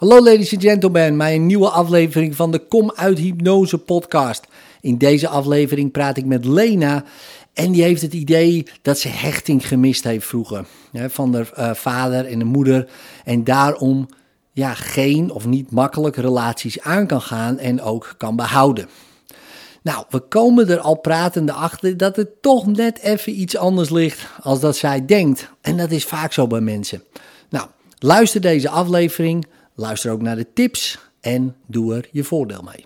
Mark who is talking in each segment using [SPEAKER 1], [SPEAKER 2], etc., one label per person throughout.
[SPEAKER 1] Hallo ladies and gentlemen, bij een nieuwe aflevering van de Kom uit Hypnose podcast. In deze aflevering praat ik met Lena en die heeft het idee dat ze hechting gemist heeft vroeger. Van haar vader en de moeder en daarom geen of niet makkelijk relaties aan kan gaan en ook kan behouden. Nou, we komen er al pratende achter dat het toch net even iets anders ligt als dat zij denkt. En dat is vaak zo bij mensen. Nou, luister deze aflevering, luister ook naar de tips en doe er je voordeel mee.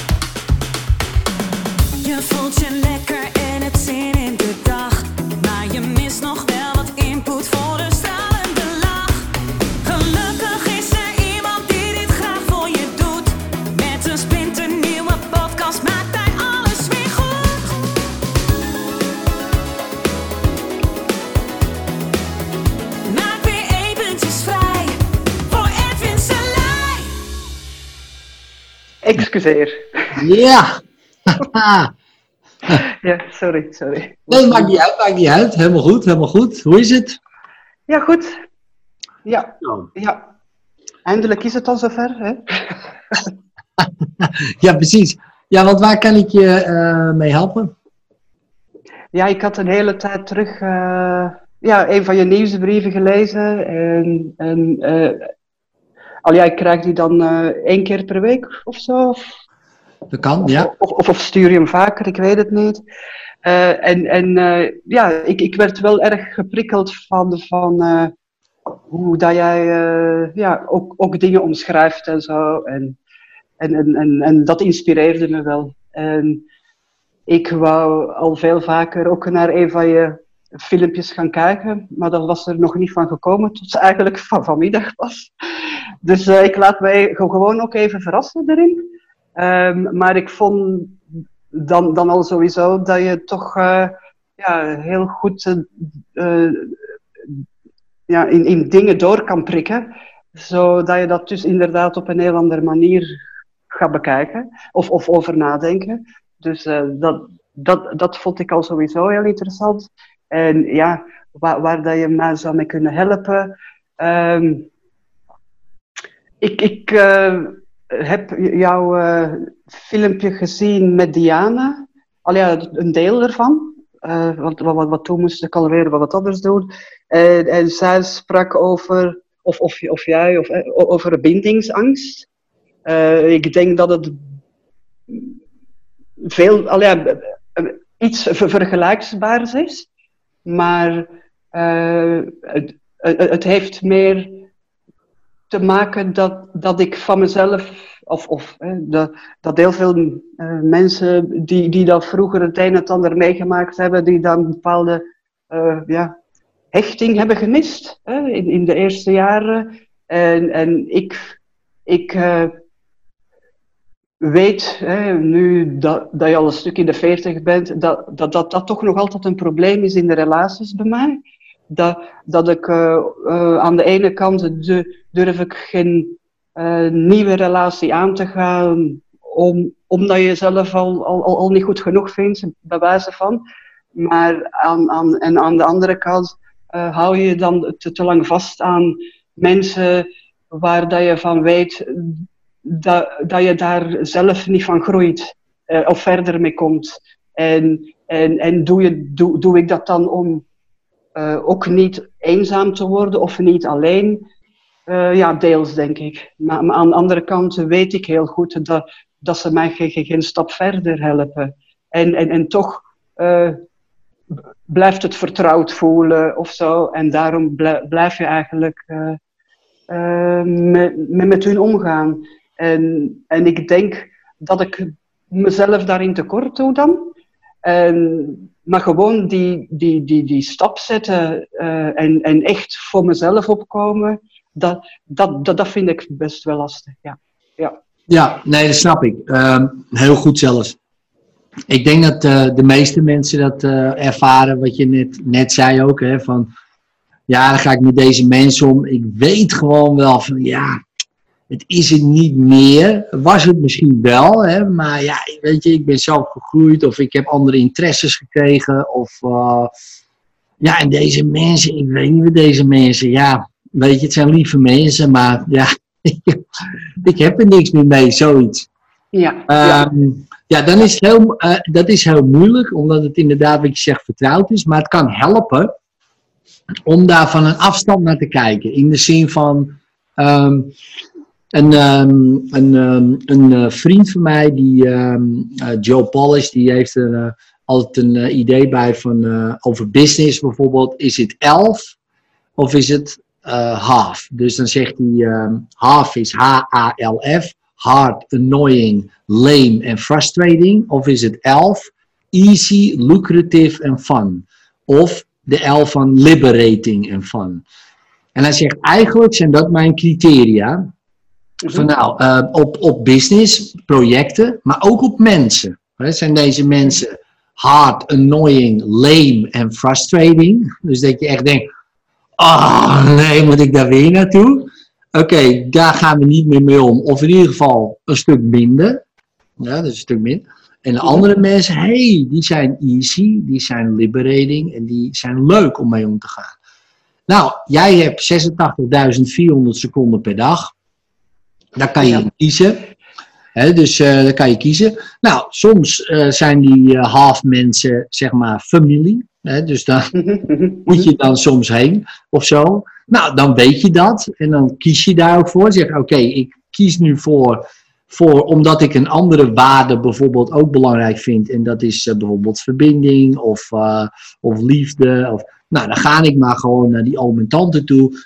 [SPEAKER 2] Je voelt je lekker en het zin in de dag, maar je mist nog wel wat input voor een stralende lach. Gelukkig is er iemand die dit graag voor je doet. Met een splinternieuwe podcast maakt hij alles weer goed. Maak weer eventjes vrij voor Edwin Selei.
[SPEAKER 3] Excuseer.
[SPEAKER 1] Ja!
[SPEAKER 3] Ja, sorry.
[SPEAKER 1] Nee, maakt niet uit. Helemaal goed. Hoe is het?
[SPEAKER 3] Ja, goed. Ja. Eindelijk is het al zover, hè?
[SPEAKER 1] Ja, precies. Ja, want waar kan ik je mee helpen?
[SPEAKER 3] Ja, ik had een hele tijd terug een van je nieuwsbrieven gelezen. Ik krijg die dan 1 keer per week of zo.
[SPEAKER 1] Dat kan, ja.
[SPEAKER 3] Of stuur je hem vaker, ik weet het niet. Ik werd wel erg geprikkeld van hoe dat jij ook dingen omschrijft en zo. En dat inspireerde me wel. En ik wou al veel vaker ook naar een van je filmpjes gaan kijken, maar dat was er nog niet van gekomen tot ze eigenlijk van vanmiddag was. Dus ik laat mij gewoon ook even verrassen erin. Maar ik vond dan al sowieso dat je toch heel goed in dingen door kan prikken, zodat je dat dus inderdaad op een heel andere manier gaat bekijken of over nadenken. Dus dat vond ik al sowieso heel interessant. En ja, waar dat je mij zou mee kunnen helpen. Ik heb jouw filmpje gezien met Diana. Een deel ervan. Want toen moest ik alweer wat anders doen. En zij sprak over, of jij, over bindingsangst. Ik denk dat het iets vergelijkbaars is. Maar het heeft meer te maken dat ik van mezelf, dat heel veel mensen die dat vroeger het een en het ander meegemaakt hebben, die dan een bepaalde hechting hebben gemist in de eerste jaren. En ik weet, nu dat je al een stuk in de 40 bent, dat toch nog altijd een probleem is in de relaties bij mij. Dat ik aan de ene kant durf ik geen nieuwe relatie aan te gaan, omdat je jezelf al niet goed genoeg vindt, bij wijze van. Maar aan de andere kant hou je dan te lang vast aan mensen waar dat je van weet dat je daar zelf niet van groeit of verder mee komt. En doe ik dat dan om ook niet eenzaam te worden of niet alleen? Deels denk ik. Maar aan de andere kant weet ik heel goed dat ze mij geen stap verder helpen. En toch blijft het vertrouwd voelen of zo. En daarom blijf je eigenlijk met hun omgaan. En ik denk dat ik mezelf daarin tekort doe dan. Maar gewoon die stap zetten en echt voor mezelf opkomen, dat vind ik best wel lastig.
[SPEAKER 1] Ja, nee, dat snap ik. Heel goed zelfs. Ik denk dat de meeste mensen dat ervaren, wat je net zei ook, hè, van ja, dan ga ik met deze mensen om. Ik weet gewoon wel van het is het niet meer. Was het misschien wel, hè, maar ja, weet je, ik ben zelf gegroeid of ik heb andere interesses gekregen of en deze mensen, ik weet niet wat deze mensen, weet je, het zijn lieve mensen, maar ik heb er niks meer mee, zoiets.
[SPEAKER 3] Ja.
[SPEAKER 1] Ja, dan is dat is heel moeilijk, omdat het inderdaad, wat je zegt, vertrouwd is. Maar het kan helpen om daar van een afstand naar te kijken. In de zin van, een vriend van mij, Joe Polish, die heeft er altijd een idee bij van, over business bijvoorbeeld. Is het 11 of is het half? Dus dan zegt hij, half is H-A-L-F. Hard, annoying, lame en frustrating? Of is het 11? Easy, lucrative en fun? Of de 11 van liberating en fun? En hij zegt, eigenlijk zijn dat mijn criteria. Van op business, projecten, maar ook op mensen. Zijn deze mensen hard, annoying, lame en frustrating? Dus dat je echt denkt, nee, moet ik daar weer naartoe? Oké, daar gaan we niet meer mee om. Of in ieder geval een stuk minder. Ja, dat is een stuk minder. En de andere mensen, die zijn easy, die zijn liberating en die zijn leuk om mee om te gaan. Nou, jij hebt 86.400 seconden per dag. Daar kan je kiezen. Dus daar kan je kiezen. Nou, soms zijn die half mensen, zeg maar, familie. Dus daar moet je dan soms heen of zo. Nou, dan weet je dat. En dan kies je daar ook voor. Zeg, oké, ik kies nu voor omdat ik een andere waarde bijvoorbeeld ook belangrijk vind. En dat is bijvoorbeeld verbinding of liefde. Nou, dan ga ik maar gewoon naar die oom en tante toe.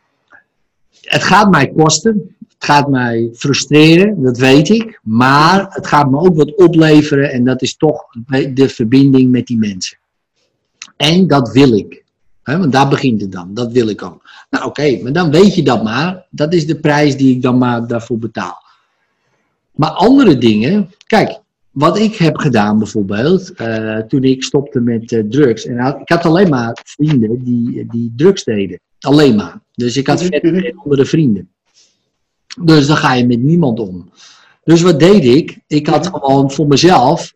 [SPEAKER 1] Het gaat mij kosten. Het gaat mij frustreren, dat weet ik. Maar het gaat me ook wat opleveren. En dat is toch de verbinding met die mensen. En dat wil ik. Want daar begint het dan. Dat wil ik ook. Nou oké, maar dan weet je dat maar. Dat is de prijs die ik dan maar daarvoor betaal. Maar andere dingen. Kijk, wat ik heb gedaan bijvoorbeeld. Toen ik stopte met drugs. En ik had alleen maar vrienden die drugs deden. Alleen maar. Dus ik had verder geen andere vrienden. Dus dan ga je met niemand om. Dus wat deed ik? Ik had gewoon voor mezelf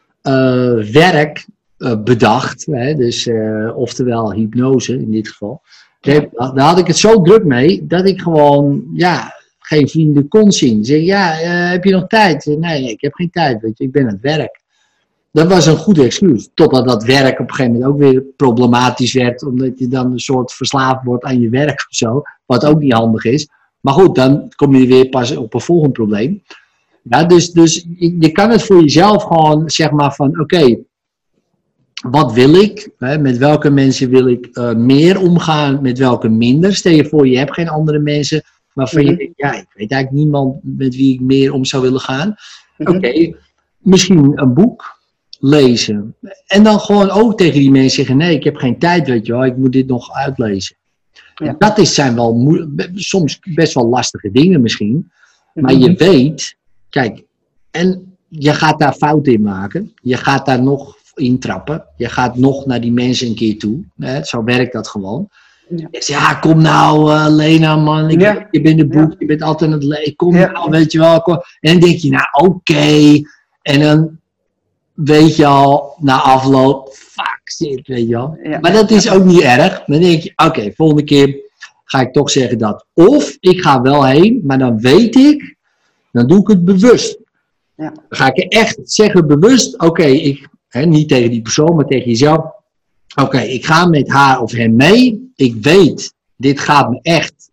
[SPEAKER 1] werk bedacht. Dus oftewel hypnose in dit geval. Daar had ik het zo druk mee dat ik gewoon geen vrienden kon zien. Zeg, heb je nog tijd? Nee, ik heb geen tijd. Weet je, ik ben aan het werk. Dat was een goed excuus. Totdat dat werk op een gegeven moment ook weer problematisch werd. Omdat je dan een soort verslaafd wordt aan je werk of zo. Wat ook niet handig is. Maar goed, dan kom je weer pas op een volgend probleem. Ja, dus je kan het voor jezelf gewoon zeg maar van oké, wat wil ik? Met welke mensen wil ik meer omgaan? Met welke minder? Stel je voor, je hebt geen andere mensen waarvan je denkt, ik weet eigenlijk niemand met wie ik meer om zou willen gaan. Oké, misschien een boek lezen. En dan gewoon ook tegen die mensen zeggen, nee, ik heb geen tijd, weet je wel, ik moet dit nog uitlezen. Ja. Dat zijn wel soms best wel lastige dingen misschien. Maar je weet, kijk, en je gaat daar fouten in maken. Je gaat daar nog intrappen. Je gaat nog naar die mensen een keer toe. Zo werkt dat gewoon. Ja. Je zegt, kom nou Lena man, je bent de boek, je bent altijd aan het lezen. Kom nou, weet je wel. En dan denk je, nou oké. En dan weet je al, na afloop, fuck shit, weet je wel. Ja. Maar dat is ook niet erg. Dan denk je, oké, volgende keer ga ik toch zeggen dat. Of ik ga wel heen, maar dan weet ik, dan doe ik het bewust. Ja. Dan ga ik echt zeggen bewust, niet tegen die persoon, maar tegen jezelf. Oké, ik ga met haar of hem mee. Ik weet, dit gaat me echt,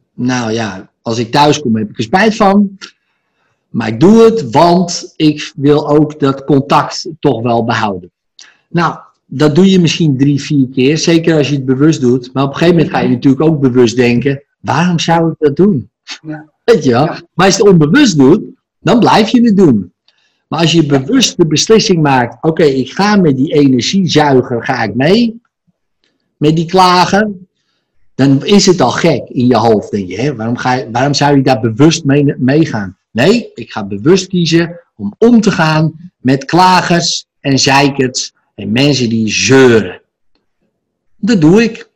[SPEAKER 1] als ik thuis kom heb ik er spijt van. Maar ik doe het, want ik wil ook dat contact toch wel behouden. Nou, dat doe je misschien 3-4 keer, zeker als je het bewust doet. Maar op een gegeven moment ga je natuurlijk ook bewust denken, waarom zou ik dat doen? Ja. Weet je wel? Ja. Maar als je het onbewust doet, dan blijf je het doen. Maar als je bewust de beslissing maakt, oké, ik ga met die energiezuiger, ga ik mee. Met die klager. Dan is het al gek in je hoofd, denk je. Waarom zou je daar bewust mee gaan? Nee, ik ga bewust kiezen om te gaan met klagers en zeikers en mensen die zeuren. Dat doe ik.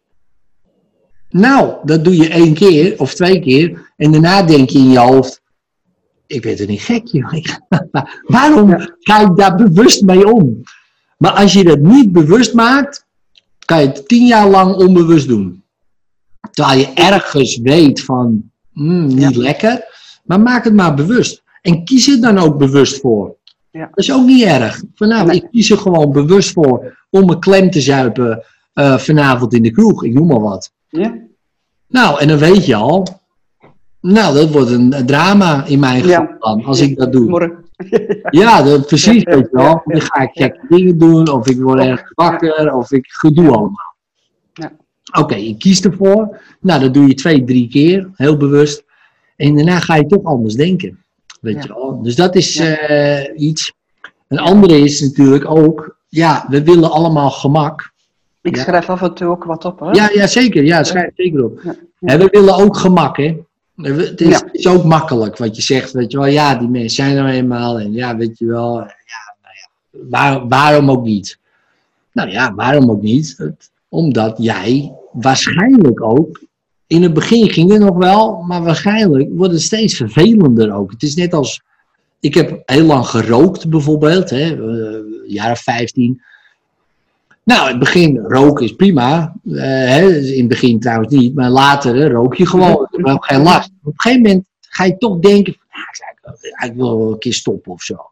[SPEAKER 1] Nou, dat doe je 1 keer of 2 keer en daarna denk je in je hoofd, ik weet het niet gek, joh. Waarom ga ik daar bewust mee om? Maar als je dat niet bewust maakt, kan je het 10 jaar lang onbewust doen. Terwijl je ergens weet van, niet lekker. Maar maak het maar bewust. En kies er dan ook bewust voor.
[SPEAKER 3] Ja.
[SPEAKER 1] Dat is ook niet erg. Nou,
[SPEAKER 3] Nee.
[SPEAKER 1] ik kies er gewoon bewust voor om me klem te zuipen vanavond in de kroeg. Ik noem maar wat.
[SPEAKER 3] Ja.
[SPEAKER 1] Nou, en dan weet je al. Nou, dat wordt een drama in mijn geval
[SPEAKER 3] Ja.
[SPEAKER 1] dan, als ik dat doe.
[SPEAKER 3] Morgen.
[SPEAKER 1] Ja, precies,
[SPEAKER 3] Ja,
[SPEAKER 1] weet je wel.
[SPEAKER 3] ja,
[SPEAKER 1] Dan ga ik gekke dingen doen, of ik word ergens wakker, of ik gedoe allemaal.
[SPEAKER 3] Ja.
[SPEAKER 1] Oké, je kiest ervoor. Nou, dat doe je 2-3 keer, heel bewust. En daarna ga je toch anders denken. Weet
[SPEAKER 3] Ja.
[SPEAKER 1] je wel. Dus dat is
[SPEAKER 3] Ja.
[SPEAKER 1] iets. Een andere is natuurlijk ook, ja, we willen allemaal gemak.
[SPEAKER 3] Ik
[SPEAKER 1] Ja.
[SPEAKER 3] schrijf af en toe ook wat op, hè?
[SPEAKER 1] Ja, zeker. Ja, schrijf zeker op.
[SPEAKER 3] Ja.
[SPEAKER 1] En we willen ook gemak, hè. Het is,
[SPEAKER 3] Ja.
[SPEAKER 1] het is ook makkelijk wat je zegt, weet je wel. Ja, die mensen zijn er eenmaal. En ja, weet je wel. Ja, nou ja, waarom ook niet? Nou ja, waarom ook niet? Omdat jij waarschijnlijk ook... In het begin ging het nog wel, maar waarschijnlijk wordt het steeds vervelender ook. Het is net als... Ik heb heel lang gerookt bijvoorbeeld, hè, jaar of 15. Nou, in het begin roken is prima. In het begin trouwens niet, maar later rook je gewoon. Ik heb ook geen last. Op een gegeven moment ga je toch denken, ik wil wel een keer stoppen of zo.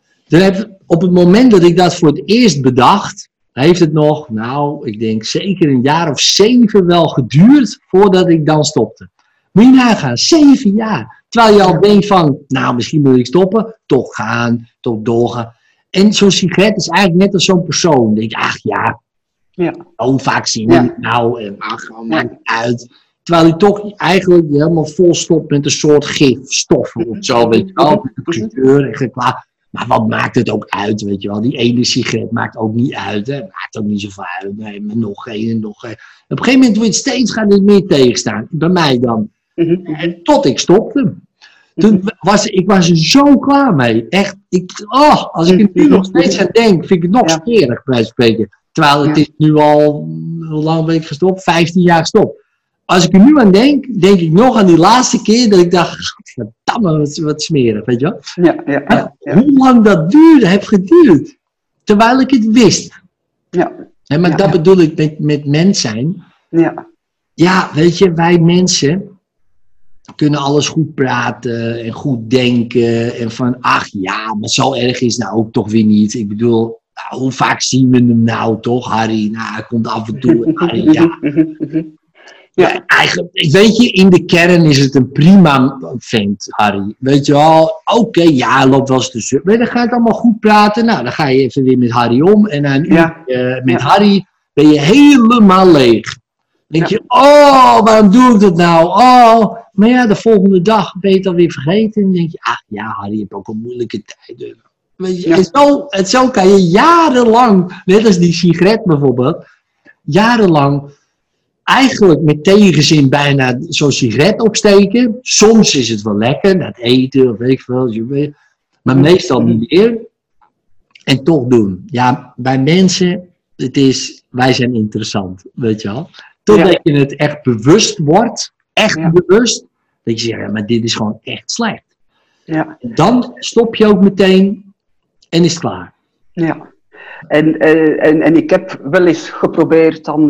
[SPEAKER 1] Op het moment dat ik dat voor het eerst bedacht, heeft het nog, nou, ik denk zeker een jaar of 7 wel geduurd voordat ik dan stopte. Moet je nagaan, 7 jaar. Terwijl je al denkt van, nou, misschien moet ik stoppen. Toch gaan, toch doorgaan. En zo'n sigaret is eigenlijk net als zo'n persoon. Dan denk je, ach ja,
[SPEAKER 3] Ja.
[SPEAKER 1] hoe vaak zien we
[SPEAKER 3] Ja.
[SPEAKER 1] het nou? En maakt het uit. Terwijl je toch eigenlijk helemaal vol stopt met een soort gifstoffen of zo, weet je wel. Met een geur en geklaar. Maar wat maakt het ook uit, weet je wel. Die ene sigaret maakt ook niet uit. Hè. Maakt ook niet zoveel uit. Nee, maar nog één en nog één. Op een gegeven moment wordt het steeds gaat het meer tegenstaan. Bij mij dan. En tot ik stopte. Toen ik was er zo klaar mee. Echt, als ik er nu nog steeds aan denk, vind ik het nog
[SPEAKER 3] Ja.
[SPEAKER 1] smerig bij spreken. Terwijl het
[SPEAKER 3] Ja.
[SPEAKER 1] is nu al, hoe lang ben ik gestopt? 15 jaar gestopt. Als ik er nu aan denk, denk ik nog aan die laatste keer dat ik dacht, verdamme, wat smerig, weet je wel.
[SPEAKER 3] Ja.
[SPEAKER 1] Hoe lang dat heeft geduurd. Terwijl ik het wist.
[SPEAKER 3] Ja.
[SPEAKER 1] Maar
[SPEAKER 3] Ja.
[SPEAKER 1] dat bedoel ik met mens zijn.
[SPEAKER 3] Ja.
[SPEAKER 1] Ja, weet je, wij mensen kunnen alles goed praten en goed denken. En van, ach ja, maar zo erg is het nou ook toch weer niet. Ik bedoel, nou, hoe vaak zien we hem nou toch, Harry? Nou, hij komt af en toe. Harry, ja. Ja, eigenlijk, weet je, in de kern is het een prima vent, Harry. Weet je wel, oké, ja, hij loopt wel eens tussen. Maar dan ga je het allemaal goed praten. Nou, dan ga je even weer met Harry om. En na een uur met Harry ben je helemaal leeg. Dan denk je, waarom doe ik dat nou? Maar ja, de volgende dag ben je het alweer vergeten. En dan denk je, ach ja, Harry, je hebt ook een moeilijke tijden. Weet je, en zo kan je jarenlang, net als die sigaret bijvoorbeeld, jarenlang eigenlijk met tegenzin bijna zo'n sigaret opsteken. Soms is het wel lekker, dat eten of weet ik veel. Maar meestal niet meer. En toch doen. Ja, bij mensen, wij zijn interessant, weet je wel. Totdat je het echt bewust wordt, bewust, dat je zegt, ja, maar dit is gewoon echt slecht.
[SPEAKER 3] Ja.
[SPEAKER 1] En dan stop je ook meteen en is het klaar.
[SPEAKER 3] Ja. En ik heb wel eens geprobeerd dan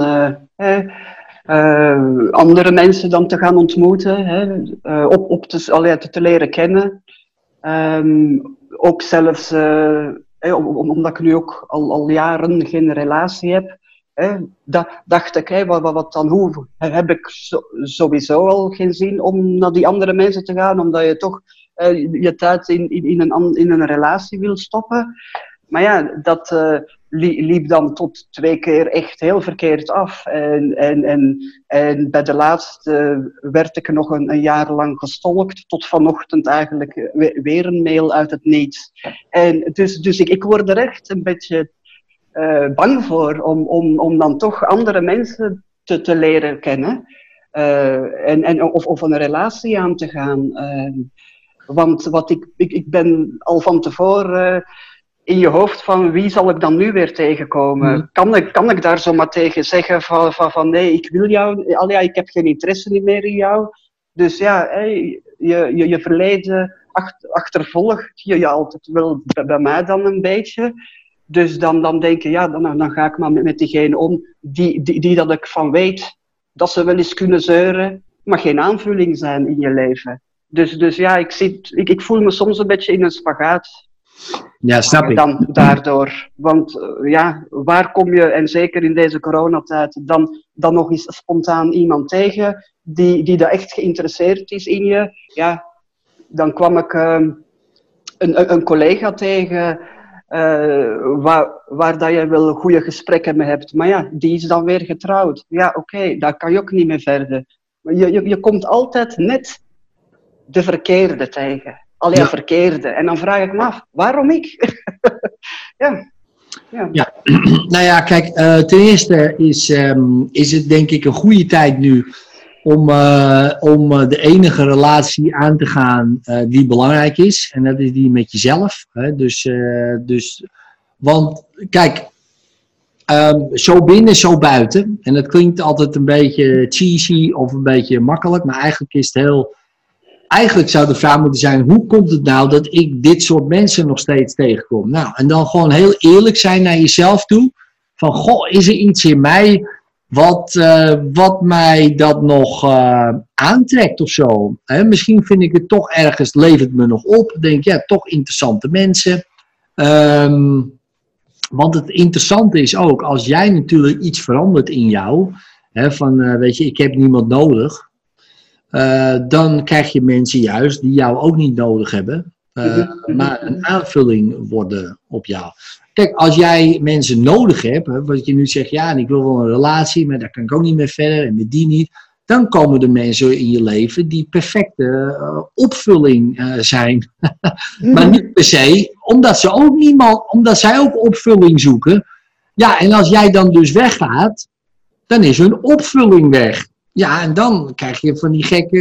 [SPEAKER 3] andere mensen dan te gaan ontmoeten, te leren kennen. Ook zelfs, omdat ik nu ook al jaren geen relatie heb, dacht ik, hoe heb ik sowieso al geen zin om naar die andere mensen te gaan, omdat je toch je tijd in een relatie wil stoppen. Maar ja, dat liep dan tot 2 keer echt heel verkeerd af. En bij de laatste werd ik nog een jaar lang gestalkt, tot vanochtend eigenlijk weer een mail uit het niets. En dus ik word er echt een beetje bang voor om dan toch andere mensen te leren kennen. Of een relatie aan te gaan. Want ik ben al van tevoren in je hoofd van wie zal ik dan nu weer tegenkomen? Kan ik daar zomaar tegen zeggen van nee, ik wil jou, ik heb geen interesse meer in jou. Dus ja, je verleden achtervolgt je altijd wel bij mij dan een beetje. Dus dan denk je, ja, dan ga ik maar met diegene om die dat ik van weet dat ze wel eens kunnen zeuren, maar geen aanvulling zijn in je leven. Dus ja, ik voel me soms een beetje in een spagaat.
[SPEAKER 1] Ja, snap ik.
[SPEAKER 3] Dan daardoor. Want waar kom je, en zeker in deze coronatijd, dan nog eens spontaan iemand tegen die daar echt geïnteresseerd is in je. Ja, dan kwam ik een collega tegen waar dat je wel goede gesprekken mee hebt. Maar ja, die is dan weer getrouwd. Ja, oké, daar kan je ook niet meer verder. Maar je komt altijd net de verkeerde tegen. Alleen verkeerde. En dan vraag ik me af, waarom ik? Ja.
[SPEAKER 1] Nou ja, kijk, ten eerste is het denk ik een goede tijd nu om de enige relatie aan te gaan die belangrijk is. En dat is die met jezelf. Hè? Want kijk, zo binnen, zo buiten. En dat klinkt altijd een beetje cheesy of een beetje makkelijk, maar eigenlijk is het heel... Eigenlijk zou de vraag moeten zijn, hoe komt het nou dat ik dit soort mensen nog steeds tegenkom? Nou, en dan gewoon heel eerlijk zijn naar jezelf toe. Van, goh, is er iets in mij wat mij dat nog aantrekt of zo? Misschien vind ik het toch ergens, levert me nog op. Denk, ja, toch interessante mensen. Want het interessante is ook, als jij natuurlijk iets verandert in jou. Van, weet je, ik heb niemand nodig. Dan krijg je mensen juist die jou ook niet nodig hebben, maar een aanvulling worden op jou. Kijk, als jij mensen nodig hebt, wat je nu zegt, ja, en ik wil wel een relatie, maar daar kan ik ook niet meer verder en met die niet, dan komen er mensen in je leven die perfecte opvulling zijn. Maar niet per se, omdat zij ook opvulling zoeken. Ja, en als jij dan dus weggaat, dan is hun opvulling weg. Ja, en dan krijg je van die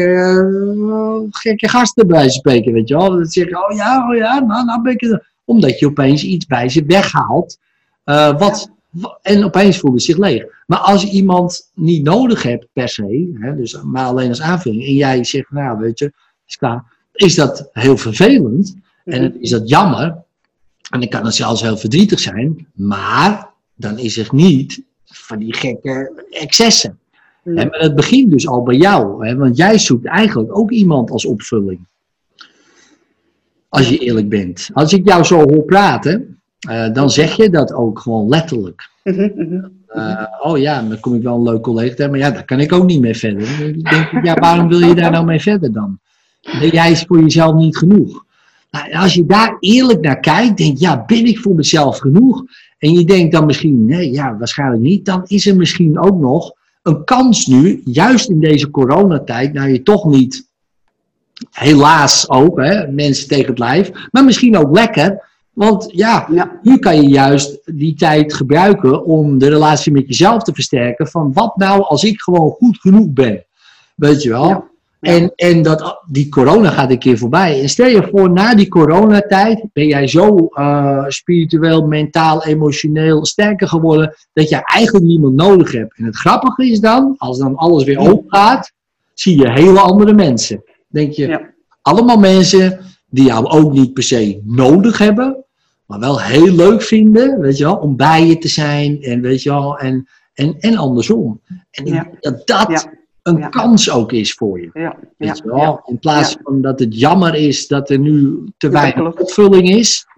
[SPEAKER 1] gekke gasten bij ze spreken, weet je wel. Dat zeggen, oh ja, nou ben ik er. Omdat je opeens iets bij ze weghaalt. En opeens voelt het zich leeg. Maar als je iemand niet nodig hebt per se, dus maar alleen als aanvulling, en jij zegt, nou weet je, is klaar, is dat heel vervelend. En is dat jammer. En dan kan het zelfs heel verdrietig zijn. Maar dan is het niet van die gekke excessen. Maar dat begint dus al bij jou. Want jij zoekt eigenlijk ook iemand als opvulling. Als je eerlijk bent. Als ik jou zo hoor praten, dan zeg je dat ook gewoon letterlijk. Oh ja, dan kom ik wel een leuk collega tegen, maar ja, daar kan ik ook niet mee verder. Dan denk ik, ja, waarom wil je daar nou mee verder dan? Jij is voor jezelf niet genoeg. Nou, als je daar eerlijk naar kijkt, denk je, ja, ben ik voor mezelf genoeg? En je denkt dan misschien, nee, ja, waarschijnlijk niet. Dan is er misschien ook nog een kans nu, juist in deze coronatijd, nou je toch niet, helaas ook, mensen tegen het lijf, maar misschien ook lekker, want nu kan je juist die tijd gebruiken om de relatie met jezelf te versterken, van wat nou als ik gewoon goed genoeg ben, weet je wel? Ja. En die corona gaat een keer voorbij. En stel je voor, na die coronatijd ben jij zo spiritueel, mentaal, emotioneel sterker geworden, dat je eigenlijk niemand nodig hebt. En het grappige is dan, als dan alles weer open gaat, zie je hele andere mensen. Denk je, allemaal mensen die jou ook niet per se nodig hebben, maar wel heel leuk vinden, weet je wel, om bij je te zijn, en weet je wel, en andersom. En ik denk dat een kans ook is voor je. Weet je wel? In plaats van dat het jammer is dat er nu te weinig opvulling is.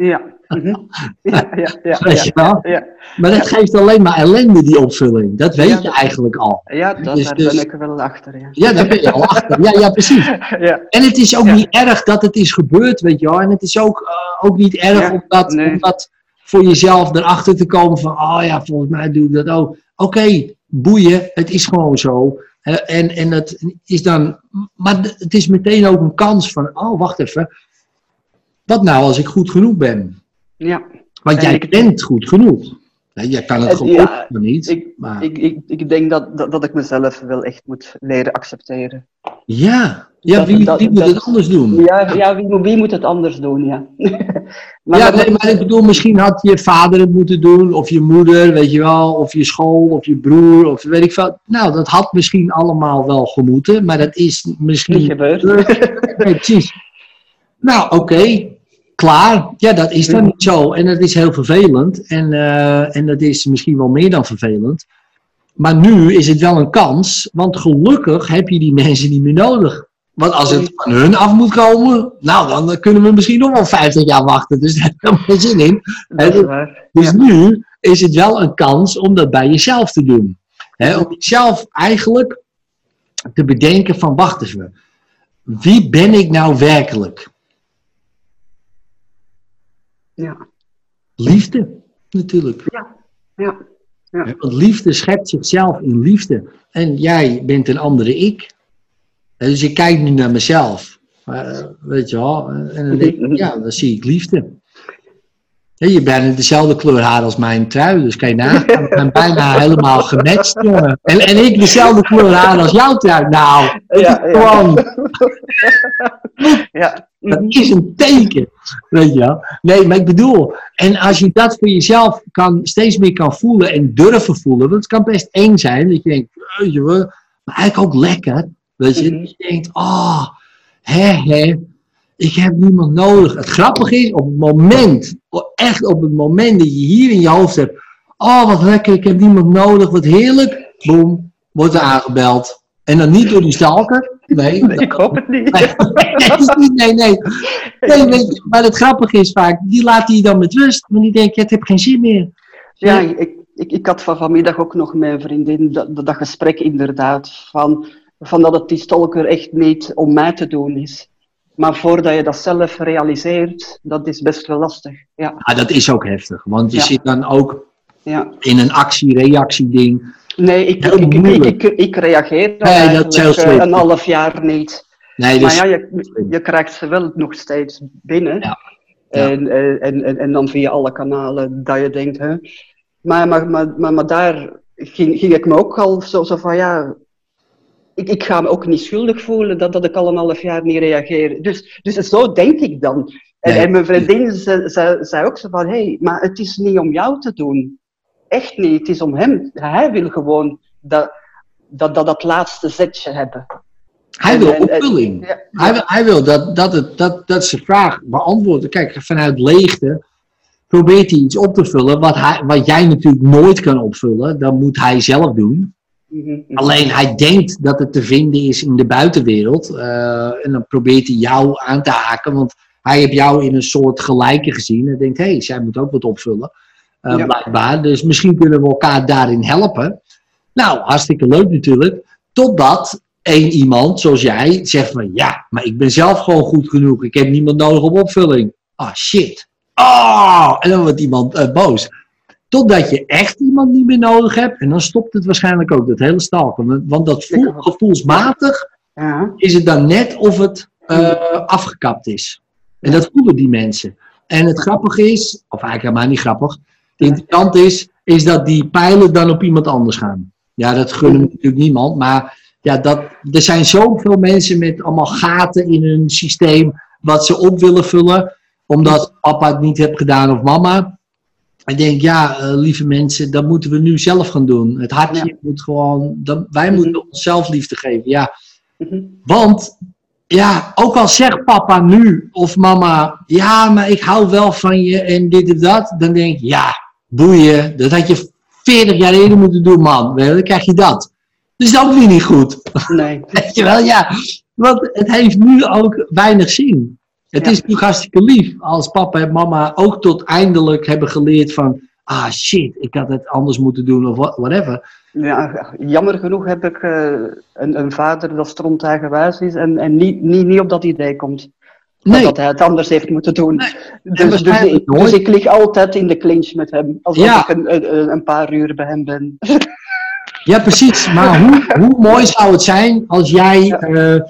[SPEAKER 1] Weet je wel? Maar dat geeft alleen maar ellende, die opvulling. Dat weet je eigenlijk al.
[SPEAKER 3] Ja, daar ben ik wel achter.
[SPEAKER 1] Ja, daar ben je al achter. Ja, precies. En het is ook niet erg dat het is gebeurd, weet je wel. En het is ook niet erg om dat voor jezelf erachter te komen van, oh ja, volgens mij doe ik dat ook. Oké, boeien, het is gewoon zo. En dat is dan, maar het is meteen ook een kans van, oh wacht even, wat nou als ik goed genoeg ben?
[SPEAKER 3] Ja.
[SPEAKER 1] Want jij bent goed genoeg. Jij kan het gewoon ook niet.
[SPEAKER 3] Ik denk dat ik mezelf wel echt moet leren accepteren.
[SPEAKER 1] Ja, wie moet het anders doen?
[SPEAKER 3] Ja, wie moet het anders doen, ja.
[SPEAKER 1] Maar ik bedoel, misschien had je vader het moeten doen, of je moeder, weet je wel, of je school, of je broer, of weet ik veel. Nou, dat had misschien allemaal wel gemoeten, maar dat is misschien
[SPEAKER 3] niet gebeurd.
[SPEAKER 1] Nee, precies. Nou, oké, klaar. Ja, dat is dan niet zo. En dat is heel vervelend. En dat is misschien wel meer dan vervelend. Maar nu is het wel een kans, want gelukkig heb je die mensen niet meer nodig. Want als het van hun af moet komen, nou, dan kunnen we misschien nog wel 50 jaar wachten. Dus daar heb ik helemaal geen zin in.
[SPEAKER 3] Dat is waar.
[SPEAKER 1] Dus nu is het wel een kans om dat bij jezelf te doen. Om jezelf eigenlijk te bedenken van, wacht even. Wie ben ik nou werkelijk?
[SPEAKER 3] Ja.
[SPEAKER 1] Liefde, natuurlijk.
[SPEAKER 3] Ja.
[SPEAKER 1] Want liefde schept zichzelf in liefde. En jij bent een andere ik. Dus ik kijk nu naar mezelf. Weet je wel. En dan denk ik, ja, dan zie ik liefde. Je bent dezelfde kleur haar als mijn trui. Dus kan je nagaan. Ik ben bijna helemaal gematcht, jongen. En ik dezelfde kleur haar als jouw trui. Nou, dat is gewoon...
[SPEAKER 3] Ja.
[SPEAKER 1] Dat is een teken. Weet je wel. Nee, maar ik bedoel... En als je dat voor jezelf steeds meer kan voelen en durven voelen... Want het kan best eng zijn. Dat je denkt, weet je wel... Maar eigenlijk ook lekker. Weet je, dat je denkt, ik heb niemand nodig. Het grappige is, op het moment, echt op het moment dat je hier in je hoofd hebt, wat lekker, ik heb niemand nodig, wat heerlijk, boem, wordt er aangebeld. En dan niet door die stalker. Nee,
[SPEAKER 3] ik hoop het niet.
[SPEAKER 1] Nee, maar het grappige is vaak, die laat je dan met rust, want die denkt, het heb geen zin meer.
[SPEAKER 3] Ja, ik had vanmiddag ook nog met een vriendin dat gesprek inderdaad, van dat het die stalker echt niet om mij te doen is. Maar voordat je dat zelf realiseert, dat is best wel lastig. Ja.
[SPEAKER 1] Dat is ook heftig, want je zit dan ook
[SPEAKER 3] in
[SPEAKER 1] een actie-reactie ding.
[SPEAKER 3] Nee, ik reageer dan een half jaar niet. Nee, dus... Maar je krijgt ze wel nog steeds binnen. Ja. En dan via alle kanalen dat je denkt, hè. Maar daar ging ik me ook al zo van, ik ga me ook niet schuldig voelen dat ik al een half jaar niet reageer. Dus zo denk ik dan. En mijn vriendin zei ook zo van, maar het is niet om jou te doen. Echt niet, het is om hem. Hij wil gewoon dat laatste zetje hebben.
[SPEAKER 1] Hij wil opvulling. Hij wil dat zijn vraag beantwoorden. Kijk, vanuit leegte probeert hij iets op te vullen wat jij natuurlijk nooit kan opvullen. Dat moet hij zelf doen. Alleen hij denkt dat het te vinden is in de buitenwereld. En dan probeert hij jou aan te haken. Want hij heeft jou in een soort gelijke gezien. En denkt, zij moet ook wat opvullen. Blijkbaar. Dus misschien kunnen we elkaar daarin helpen. Nou, hartstikke leuk natuurlijk. Totdat iemand zoals jij zegt van... Ja, maar ik ben zelf gewoon goed genoeg. Ik heb niemand nodig op opvulling. Shit. En dan wordt iemand boos. Totdat je echt iemand niet meer nodig hebt. En dan stopt het waarschijnlijk ook, dat hele stalken. Want dat gevoelsmatig is het dan net of het afgekapt is. En dat voelen die mensen. En het grappige is, of eigenlijk helemaal niet grappig. Het interessante is dat die pijlen dan op iemand anders gaan. Ja, dat gunnen natuurlijk niemand. Maar er zijn zoveel mensen met allemaal gaten in hun systeem. Wat ze op willen vullen. Omdat papa het niet heeft gedaan of mama. Ik denk, lieve mensen, dat moeten we nu zelf gaan doen. Het hartje moet gewoon... wij moeten onszelf liefde geven, ja. Want, ook al zegt papa nu of mama... Ja, maar ik hou wel van je en dit en dat. Dan denk ik, boeien. Dat had je 40 jaar eerder moeten doen, man. Dan krijg je dat. Dus dat is ook weer niet goed.
[SPEAKER 3] Nee.
[SPEAKER 1] Weet je wel, Want het heeft nu ook weinig zin. Het is natuurlijk hartstikke lief als papa en mama ook tot eindelijk hebben geleerd van... shit, ik had het anders moeten doen of whatever.
[SPEAKER 3] Ja, jammer genoeg heb ik een vader dat stront eigenwijs is en niet op dat idee komt. Nee. Dat hij het anders heeft moeten doen. Nee. Dus ik lig altijd in de clinch met hem. Alsof ik een paar uur bij hem ben.
[SPEAKER 1] Ja, precies. Maar hoe mooi zou het zijn als jij...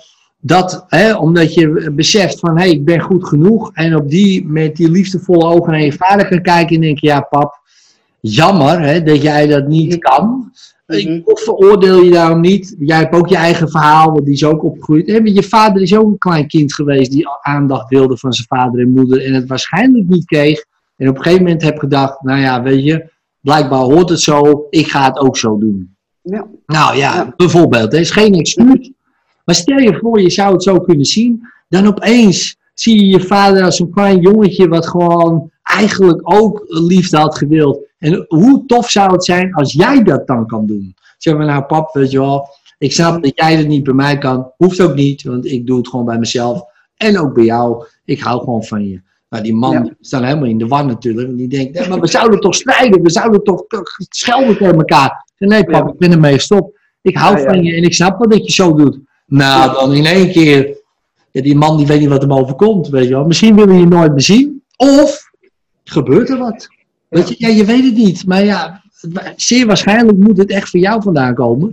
[SPEAKER 1] omdat je beseft van, ik ben goed genoeg. En met die liefdevolle ogen naar je vader kan kijken en denk je, ja pap, jammer dat jij dat niet kan. Of veroordeel je daarom niet. Jij hebt ook je eigen verhaal, want die is ook opgegroeid. Je vader is ook een klein kind geweest die aandacht wilde van zijn vader en moeder. En het waarschijnlijk niet kreeg. En op een gegeven moment heb gedacht, weet je, blijkbaar hoort het zo. Ik ga het ook zo doen. Ja. Nou bijvoorbeeld, is geen excuus. Maar stel je voor, je zou het zo kunnen zien. Dan opeens zie je je vader als een klein jongetje wat gewoon eigenlijk ook liefde had gewild. En hoe tof zou het zijn als jij dat dan kan doen? Zeg maar, nou pap, weet je wel, Ik snap dat jij het niet bij mij kan. Hoeft ook niet, want ik doe het gewoon bij mezelf. En ook bij jou. Ik hou gewoon van je. Nou, die man die staat helemaal in de war natuurlijk. Die denkt, nee, maar we zouden toch strijden. We zouden toch schelden tegen elkaar. Nee, papa, ik ben ermee gestopt. Ik hou van je en ik snap wel dat je zo doet. Nou, dan in één keer... Ja, die man die weet niet wat hem overkomt, weet je wel. Misschien wil je nooit meer zien. Of gebeurt er wat. Weet je? Ja, je weet het niet. Maar ja, zeer waarschijnlijk moet het echt van jou vandaan komen.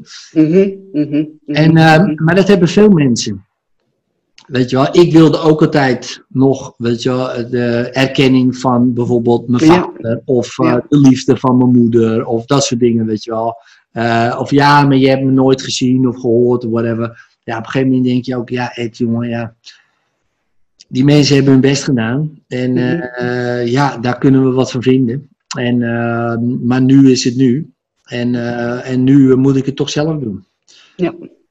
[SPEAKER 1] Maar dat hebben veel mensen. Weet je wel, ik wilde ook altijd nog, weet je wel, de erkenning van bijvoorbeeld mijn vader. Of de liefde van mijn moeder. Of dat soort dingen, weet je wel. Of ja, maar je hebt me nooit gezien of gehoord of whatever. Ja, op een gegeven moment denk je ook, ja, Ed, jongen, ja. Die mensen hebben hun best gedaan. En ja, daar kunnen we wat van vinden. Maar nu is het nu. En nu moet ik het toch zelf doen.
[SPEAKER 3] Ja.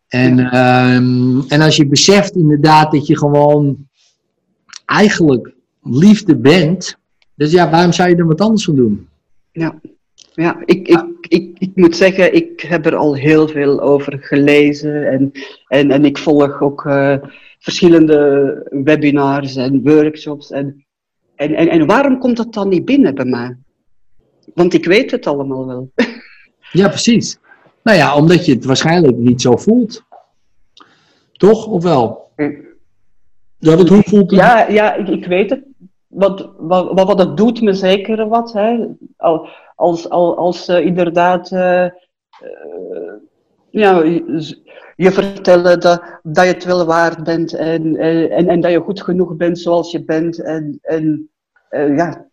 [SPEAKER 1] En als je beseft inderdaad dat je gewoon eigenlijk liefde bent. Dus ja, waarom zou je er wat anders van doen?
[SPEAKER 3] Ja, ik moet zeggen, ik heb er al heel veel over gelezen. En ik volg ook verschillende webinars en workshops. En waarom komt dat dan niet binnen bij mij? Want ik weet het allemaal wel.
[SPEAKER 1] Ja, precies. Nou ja, omdat je het waarschijnlijk niet zo voelt. Toch? Of wel? Ja, hoe voelt het?
[SPEAKER 3] Ja, ik weet het. Wat het doet me zeker wat. Hè. Als inderdaad... je vertellen dat je het wel waard bent. En dat je goed genoeg bent zoals je bent. Ja.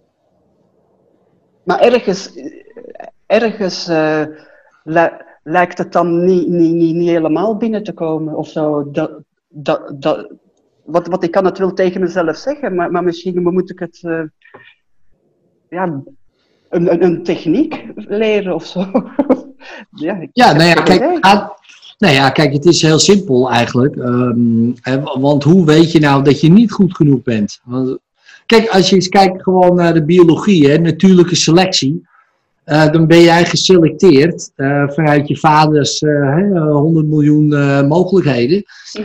[SPEAKER 3] Maar ergens lijkt het dan niet helemaal binnen te komen of zo. Wat ik kan het wel tegen mezelf zeggen, maar misschien moet ik het een techniek leren of zo.
[SPEAKER 1] Kijk, het is heel simpel eigenlijk. Want hoe weet je nou dat je niet goed genoeg bent? Want, kijk, als je eens kijkt gewoon naar de biologie, natuurlijke selectie. Dan ben jij geselecteerd vanuit je vaders 100 miljoen mogelijkheden.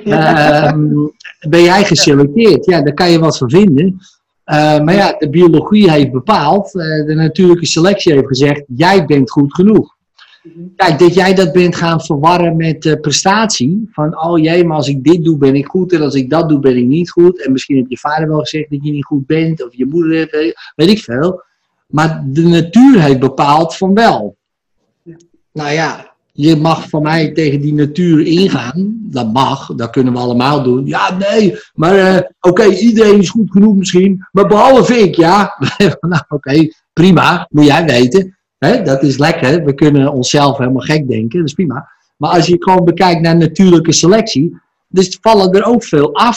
[SPEAKER 1] Ben jij geselecteerd? Ja, daar kan je wat van vinden. Maar ja, de biologie heeft bepaald, de natuurlijke selectie heeft gezegd, jij bent goed genoeg. Kijk, dat jij dat bent gaan verwarren met prestatie. Van, oh jee, maar als ik dit doe ben ik goed en als ik dat doe ben ik niet goed. En misschien heeft je vader wel gezegd dat je niet goed bent of je moeder heeft, weet ik veel. Maar de natuur heeft bepaald van wel. Nou ja, je mag van mij tegen die natuur ingaan. Dat mag, dat kunnen we allemaal doen. Ja, nee, maar oké, iedereen is goed genoeg misschien. Maar behalve ik, ja. Nou oké, prima, moet jij weten. Dat is lekker, we kunnen onszelf helemaal gek denken, dat is prima. Maar als je gewoon bekijkt naar natuurlijke selectie. Dus vallen er ook veel af.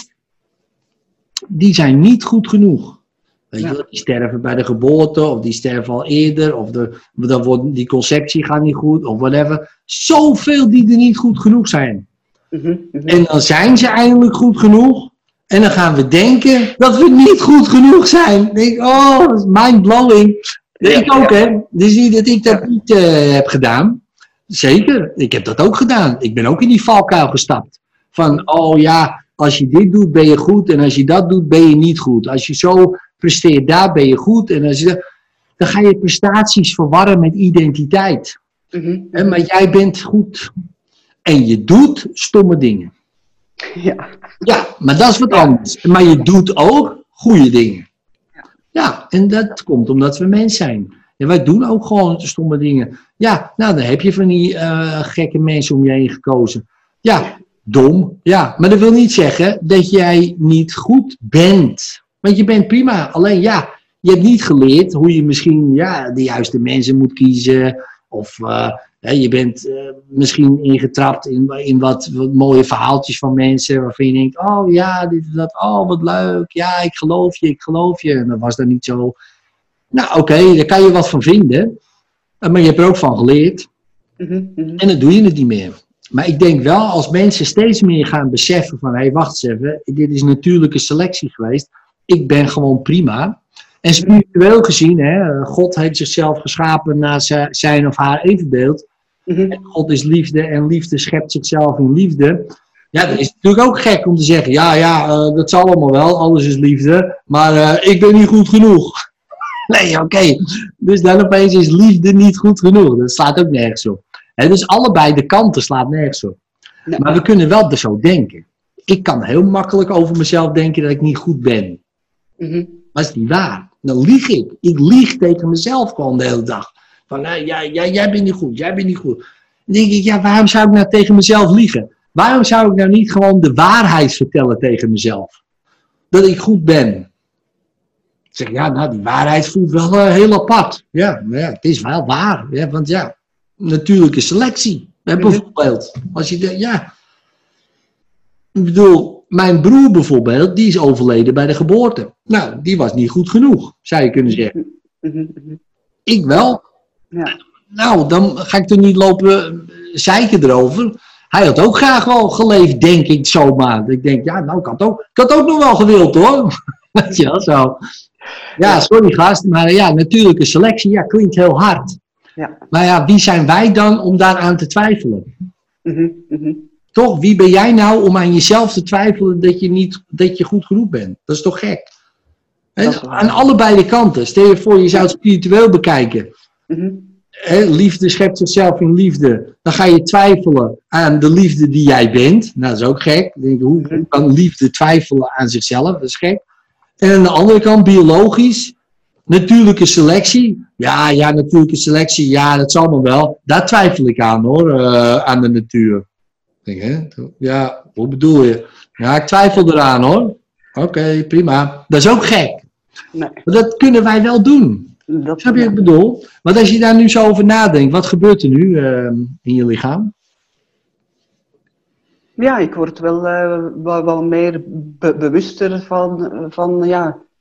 [SPEAKER 1] Die zijn niet goed genoeg. Weet je, die sterven bij de geboorte, of die sterven al eerder, of dan wordt die conceptie gaat niet goed, of whatever. Zoveel die er niet goed genoeg zijn. En dan zijn ze eindelijk goed genoeg, en dan gaan we denken dat we niet goed genoeg zijn. Dan denk ik, oh, dat is mind-blowing. Ik ook, hè. Het is niet dat ik dat niet heb gedaan. Zeker, ik heb dat ook gedaan. Ik ben ook in die valkuil gestapt. Van, oh ja, als je dit doet ben je goed, en als je dat doet ben je niet goed. Als je zo presteert, daar ben je goed. En als je, dan ga je prestaties verwarren met identiteit. Maar jij bent goed. En je doet stomme dingen. Ja, maar dat is wat anders. Maar je doet ook goede dingen. Ja, en dat komt omdat we mens zijn. En wij doen ook gewoon stomme dingen. Ja, nou dan heb je van die gekke mensen om je heen gekozen. Ja, dom. Ja, maar dat wil niet zeggen dat jij niet goed bent. Want je bent prima. Alleen ja, je hebt niet geleerd hoe je misschien de juiste mensen moet kiezen. Of je bent misschien ingetrapt in wat mooie verhaaltjes van mensen. Waarvan je denkt, oh ja, dit en dat. Oh, wat leuk. Ja, ik geloof je. En dat was dan niet zo. Nou oké, daar kan je wat van vinden. Maar je hebt er ook van geleerd. En dan doe je het niet meer. Maar ik denk wel, als mensen steeds meer gaan beseffen van, hé, wacht eens even. Dit is natuurlijke selectie geweest. Ik ben gewoon prima. En spiritueel gezien, God heeft zichzelf geschapen naar zijn of haar evenbeeld. En God is liefde en liefde schept zichzelf in liefde. Ja, dan is het natuurlijk ook gek om te zeggen, dat zal allemaal wel, alles is liefde, maar ik ben niet goed genoeg. Nee, oké. Dus dan opeens is liefde niet goed genoeg. Dat slaat ook nergens op. Dus allebei de kanten slaat nergens op.
[SPEAKER 3] Nee.
[SPEAKER 1] Maar we kunnen wel dus zo denken. Ik kan heel makkelijk over mezelf denken dat ik niet goed ben. Maar dat is niet waar. Dan lieg ik. Ik lieg tegen mezelf gewoon de hele dag. Van, jij bent niet goed, jij bent niet goed. Dan denk ik, waarom zou ik nou tegen mezelf liegen? Waarom zou ik nou niet gewoon de waarheid vertellen tegen mezelf? Dat ik goed ben. Ik zeg, die waarheid voelt wel heel apart. Ja, maar het is wel waar. Ja, want natuurlijke selectie. Bijvoorbeeld. Als je ik bedoel, mijn broer bijvoorbeeld, die is overleden bij de geboorte. Nou, die was niet goed genoeg, zou je kunnen zeggen. Ik wel.
[SPEAKER 3] Ja.
[SPEAKER 1] Nou, dan ga ik er niet lopen zeiken erover. Hij had ook graag wel geleefd, denk ik zomaar. Ik denk, ik had ook nog wel gewild hoor. Weet je wel, zo. Ja, sorry gast, maar natuurlijke selectie, klinkt heel hard.
[SPEAKER 3] Ja.
[SPEAKER 1] Maar wie zijn wij dan om daaraan te twijfelen? Toch, wie ben jij nou om aan jezelf te twijfelen dat je goed genoeg bent? Dat is toch gek? Aan allebei de kanten. Stel je voor, je zou het spiritueel bekijken. Liefde schept zichzelf in liefde. Dan ga je twijfelen aan de liefde die jij bent. Nou, dat is ook gek. Hoe kan liefde twijfelen aan zichzelf? Dat is gek. En aan de andere kant, biologisch, natuurlijke selectie. Ja, natuurlijke selectie, dat zal maar wel. Daar twijfel ik aan hoor, aan de natuur. Ik denk, ja, hoe bedoel je? Ja, ik twijfel eraan hoor. Oké, prima. Dat is ook gek. Nee. Maar dat kunnen wij wel doen. Snap je wat ik bedoel? Want als je daar nu zo over nadenkt, wat gebeurt er nu in je lichaam?
[SPEAKER 3] Ja, ik word wel meer bewuster van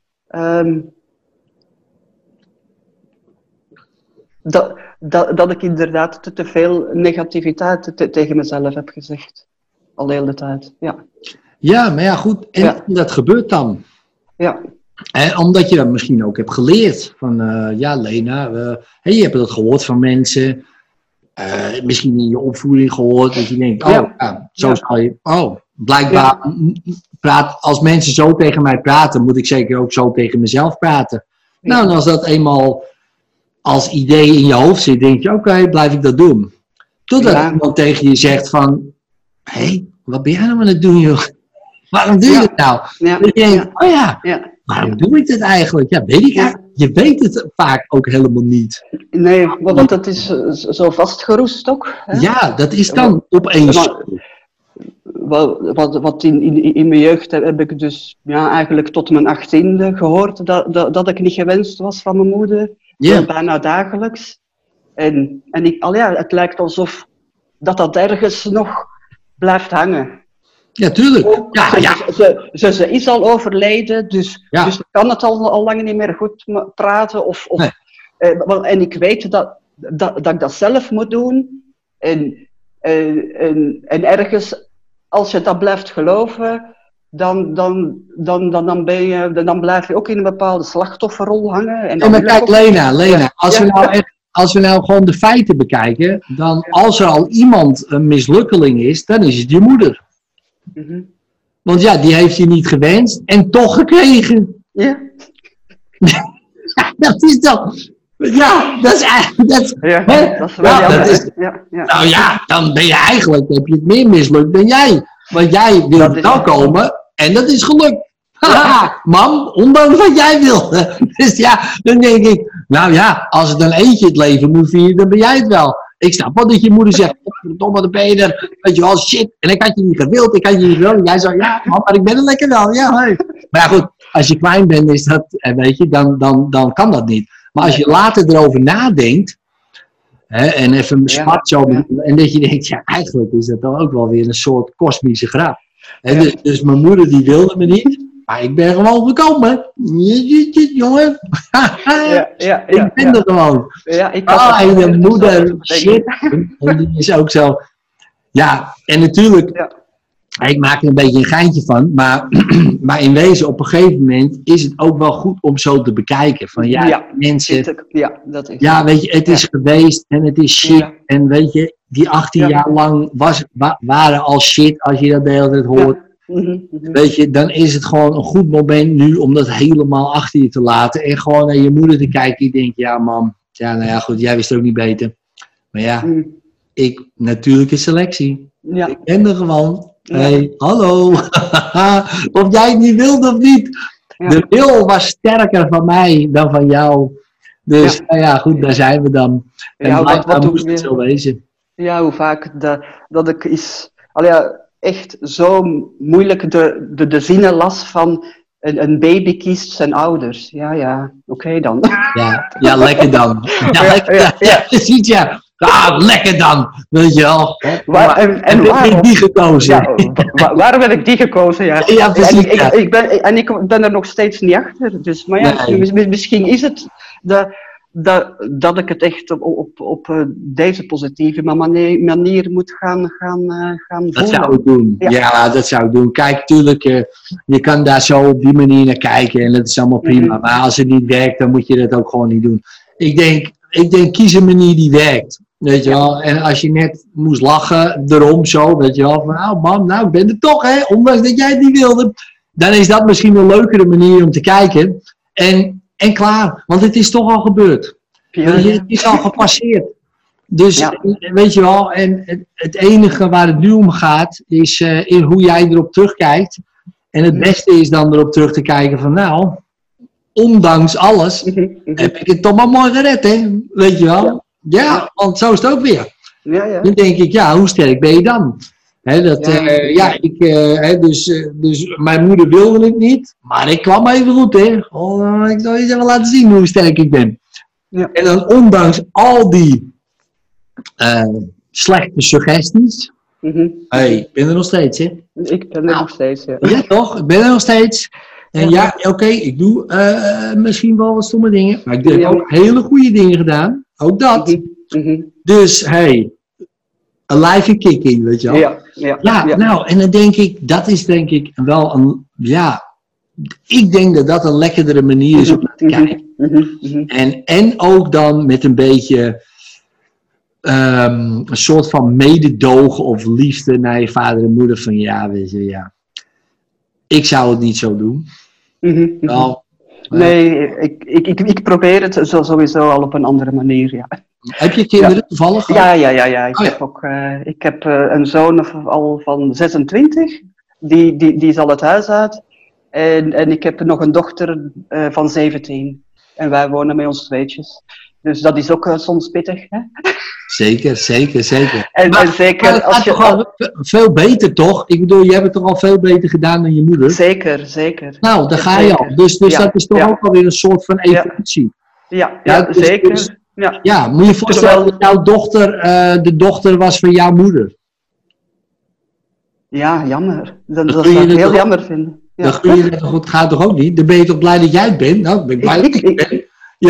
[SPEAKER 3] dat ik inderdaad te veel negativiteit tegen mezelf heb gezegd. Al de hele tijd, ja.
[SPEAKER 1] Ja, maar goed. En dat gebeurt dan.
[SPEAKER 3] Ja.
[SPEAKER 1] Omdat je dat misschien ook hebt geleerd. Van, Lena, je hebt dat gehoord van mensen. Misschien in je opvoeding gehoord. Dat je denkt, zal je... Blijkbaar als mensen zo tegen mij praten, moet ik zeker ook zo tegen mezelf praten. Ja. Nou, en als dat eenmaal als idee in je hoofd zit, denk je, oké, blijf ik dat doen. Totdat iemand tegen je zegt van, wat ben jij nou aan het doen, joh? Waarom doe je dat nou? Ja. Dan denk je, waarom doe ik dat eigenlijk? Ja, weet ik eigenlijk. Je weet het vaak ook helemaal niet.
[SPEAKER 3] Nee, want dat is zo vastgeroest ook. Hè? Ja,
[SPEAKER 1] dat is dan opeens...
[SPEAKER 3] Wat in mijn jeugd heb ik dus eigenlijk tot mijn 18e gehoord dat ik niet gewenst was van mijn moeder. Yeah. Bijna dagelijks. En het lijkt alsof dat ergens nog blijft hangen.
[SPEAKER 1] Ja, tuurlijk.
[SPEAKER 3] Ze is al overleden, dus ik kan het al lang niet meer goed praten. En ik weet dat ik dat zelf moet doen. En ergens, als je dat blijft geloven, dan blijf je ook in een bepaalde slachtofferrol hangen. En
[SPEAKER 1] maar kijk, Lena, als we nou gewoon de feiten bekijken, dan als er al iemand een mislukkeling is, dan is het je moeder. Want die heeft je niet gewenst en toch gekregen.
[SPEAKER 3] Ja.
[SPEAKER 1] Dat is toch... Ja, dat is eigenlijk... Dat is wel jammer. Dan ben je eigenlijk, heb je het meer mislukt dan jij. Want jij wilde wel komen en dat is gelukt. Haha, mam, ondanks wat jij wilde. Dus dan denk ik, als er dan eentje het leven moet vieren, dan ben jij het wel. Ik snap wel dat je moeder zegt, verdomme, dan ben je er, weet je wel, shit. En ik had je niet gewild, En jij zegt, mam, maar ik ben er lekker wel. Ja, hey. Maar goed, als je klein bent, is dat, weet je, dan kan dat niet. Maar als je later erover nadenkt, en even smart zo, en dat je denkt, eigenlijk is dat dan ook wel weer een soort kosmische grap. Dus mijn moeder die wilde me niet, maar ik ben gewoon gekomen. Jongen. Ik ben er gewoon. En de moeder, shit. En die is ook zo. Ja, en natuurlijk, ik maak er een beetje een geintje van, maar Maar in wezen, op een gegeven moment is het ook wel goed om zo te bekijken. Van mensen...
[SPEAKER 3] Ja, dat is
[SPEAKER 1] Ja, weet je, het is geweest en het is shit.
[SPEAKER 3] Ja.
[SPEAKER 1] En weet je, die 18 jaar lang waren al shit als je dat de hele tijd hoort. Weet je, dan is het gewoon een goed moment nu om dat helemaal achter je te laten. En gewoon naar je moeder te kijken. Ik denk, ja mam, nou ja goed, jij wist ook niet beter. Maar ja, natuurlijke selectie.
[SPEAKER 3] Ja.
[SPEAKER 1] Ik ben er gewoon.
[SPEAKER 3] Ja.
[SPEAKER 1] Hey, hallo. Of jij het niet wilde of niet.
[SPEAKER 3] Ja.
[SPEAKER 1] De wil was sterker van mij dan van jou. Dus nou ja, goed, daar zijn we dan. En
[SPEAKER 3] Ja,
[SPEAKER 1] blijkbaar
[SPEAKER 3] wat
[SPEAKER 1] moest het zo wezen.
[SPEAKER 3] Ja, hoe vaak dat ik echt zo moeilijk de zinnen las van een baby kiest zijn ouders. Ja, oké dan.
[SPEAKER 1] Ja, lekker dan. Ja, lekker, ja, precies, ja. Ah, lekker dan. Weet je wel.
[SPEAKER 3] En waarom?
[SPEAKER 1] Heb je die gekozen?
[SPEAKER 3] Ja, waarom heb ik die gekozen? Ja,
[SPEAKER 1] Ja, precies,
[SPEAKER 3] ik ben er nog steeds niet achter. Dus, maar ja, misschien is het dat ik het echt op deze positieve manier moet gaan voelen.
[SPEAKER 1] Dat zou ik doen. Ja, dat zou ik doen. Kijk, tuurlijk, je kan daar zo op die manier naar kijken en dat is allemaal prima. Maar als het niet werkt, dan moet je dat ook gewoon niet doen. Ik denk kies een manier die werkt. Weet je wel? En als je net moest lachen erom zo, weet je wel, van nou man, ik ben er toch hè, ondanks dat jij het niet wilde. Dan is dat misschien een leukere manier om te kijken. En klaar, want het is toch al gebeurd. Het is al gepasseerd. Dus weet je wel, en het enige waar het nu om gaat, is in hoe jij erop terugkijkt. En het beste is dan erop terug te kijken van nou, ondanks alles, heb ik het toch maar mooi gered, hè? Weet je wel? Ja, want zo is het ook weer.
[SPEAKER 3] Ja.
[SPEAKER 1] Dan denk ik, ja, hoe sterk ben je dan? Dus mijn moeder wilde het niet, maar ik kwam even goed, hè. Ik zal je eens even laten zien hoe sterk ik ben. Ja. En dan ondanks al die slechte suggesties, ik ben er nog steeds, hè.
[SPEAKER 3] Ik ben er nog steeds, ja.
[SPEAKER 1] Ja, toch? Ik ben er nog steeds. En oké, ik doe misschien wel wat stomme dingen, maar ik heb ook hele goede dingen gedaan. Ook dat. Dus, hey, a life kicking, weet je wel. Ja, nou, en dan denk ik, dat is denk ik wel een, ik denk dat dat een lekkerdere manier is om naar te kijken. En ook dan met een beetje een soort van mededogen of liefde naar je vader en moeder van weet je, ik zou het niet zo doen.
[SPEAKER 3] Nee, ik probeer het sowieso al op een andere manier, ja.
[SPEAKER 1] Heb je kinderen toevallig?
[SPEAKER 3] Ja. Ik heb een zoon al van 26, die is al het huis uit. En ik heb nog een dochter van 17. En wij wonen met ons tweetjes. Dus dat is ook soms pittig, hè? Zeker.
[SPEAKER 1] En zeker als je... Toch veel beter, toch? Ik bedoel, je hebt het toch al veel beter gedaan dan je moeder?
[SPEAKER 3] Zeker.
[SPEAKER 1] Nou, daar ga je al. Dus dat is toch ook alweer een soort van evolutie.
[SPEAKER 3] Ja, zeker.
[SPEAKER 1] Ja, moet je je voorstellen dat jouw dochter de dochter was van jouw moeder?
[SPEAKER 3] Ja, jammer. Dat zou ik heel jammer vinden. Ja.
[SPEAKER 1] Dat gaat toch ook niet? Dan ben je toch blij dat jij het bent? Nou, ben ik blij dat ik ben.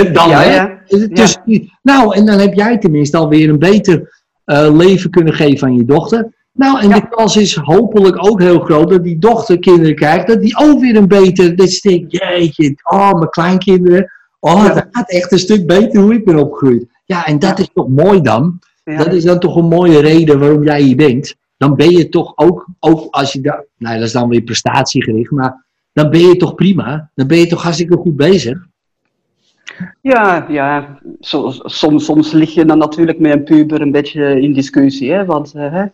[SPEAKER 1] Nou, en dan heb jij tenminste alweer een beter leven kunnen geven aan je dochter. Nou, en de kans is hopelijk ook heel groot dat die dochter kinderen krijgt, dat die ook weer een beter, dat je denkt, jeetje, mijn kleinkinderen, dat gaat echt een stuk beter hoe ik ben opgegroeid. Ja, en dat is toch mooi dan? Ja. Dat is dan toch een mooie reden waarom jij hier bent. Dan ben je toch ook als je dat, dat is dan weer prestatiegericht, maar dan ben je toch prima. Dan ben je toch hartstikke goed bezig.
[SPEAKER 3] Ja. Soms lig je dan natuurlijk met een puber een beetje in discussie, hè? Want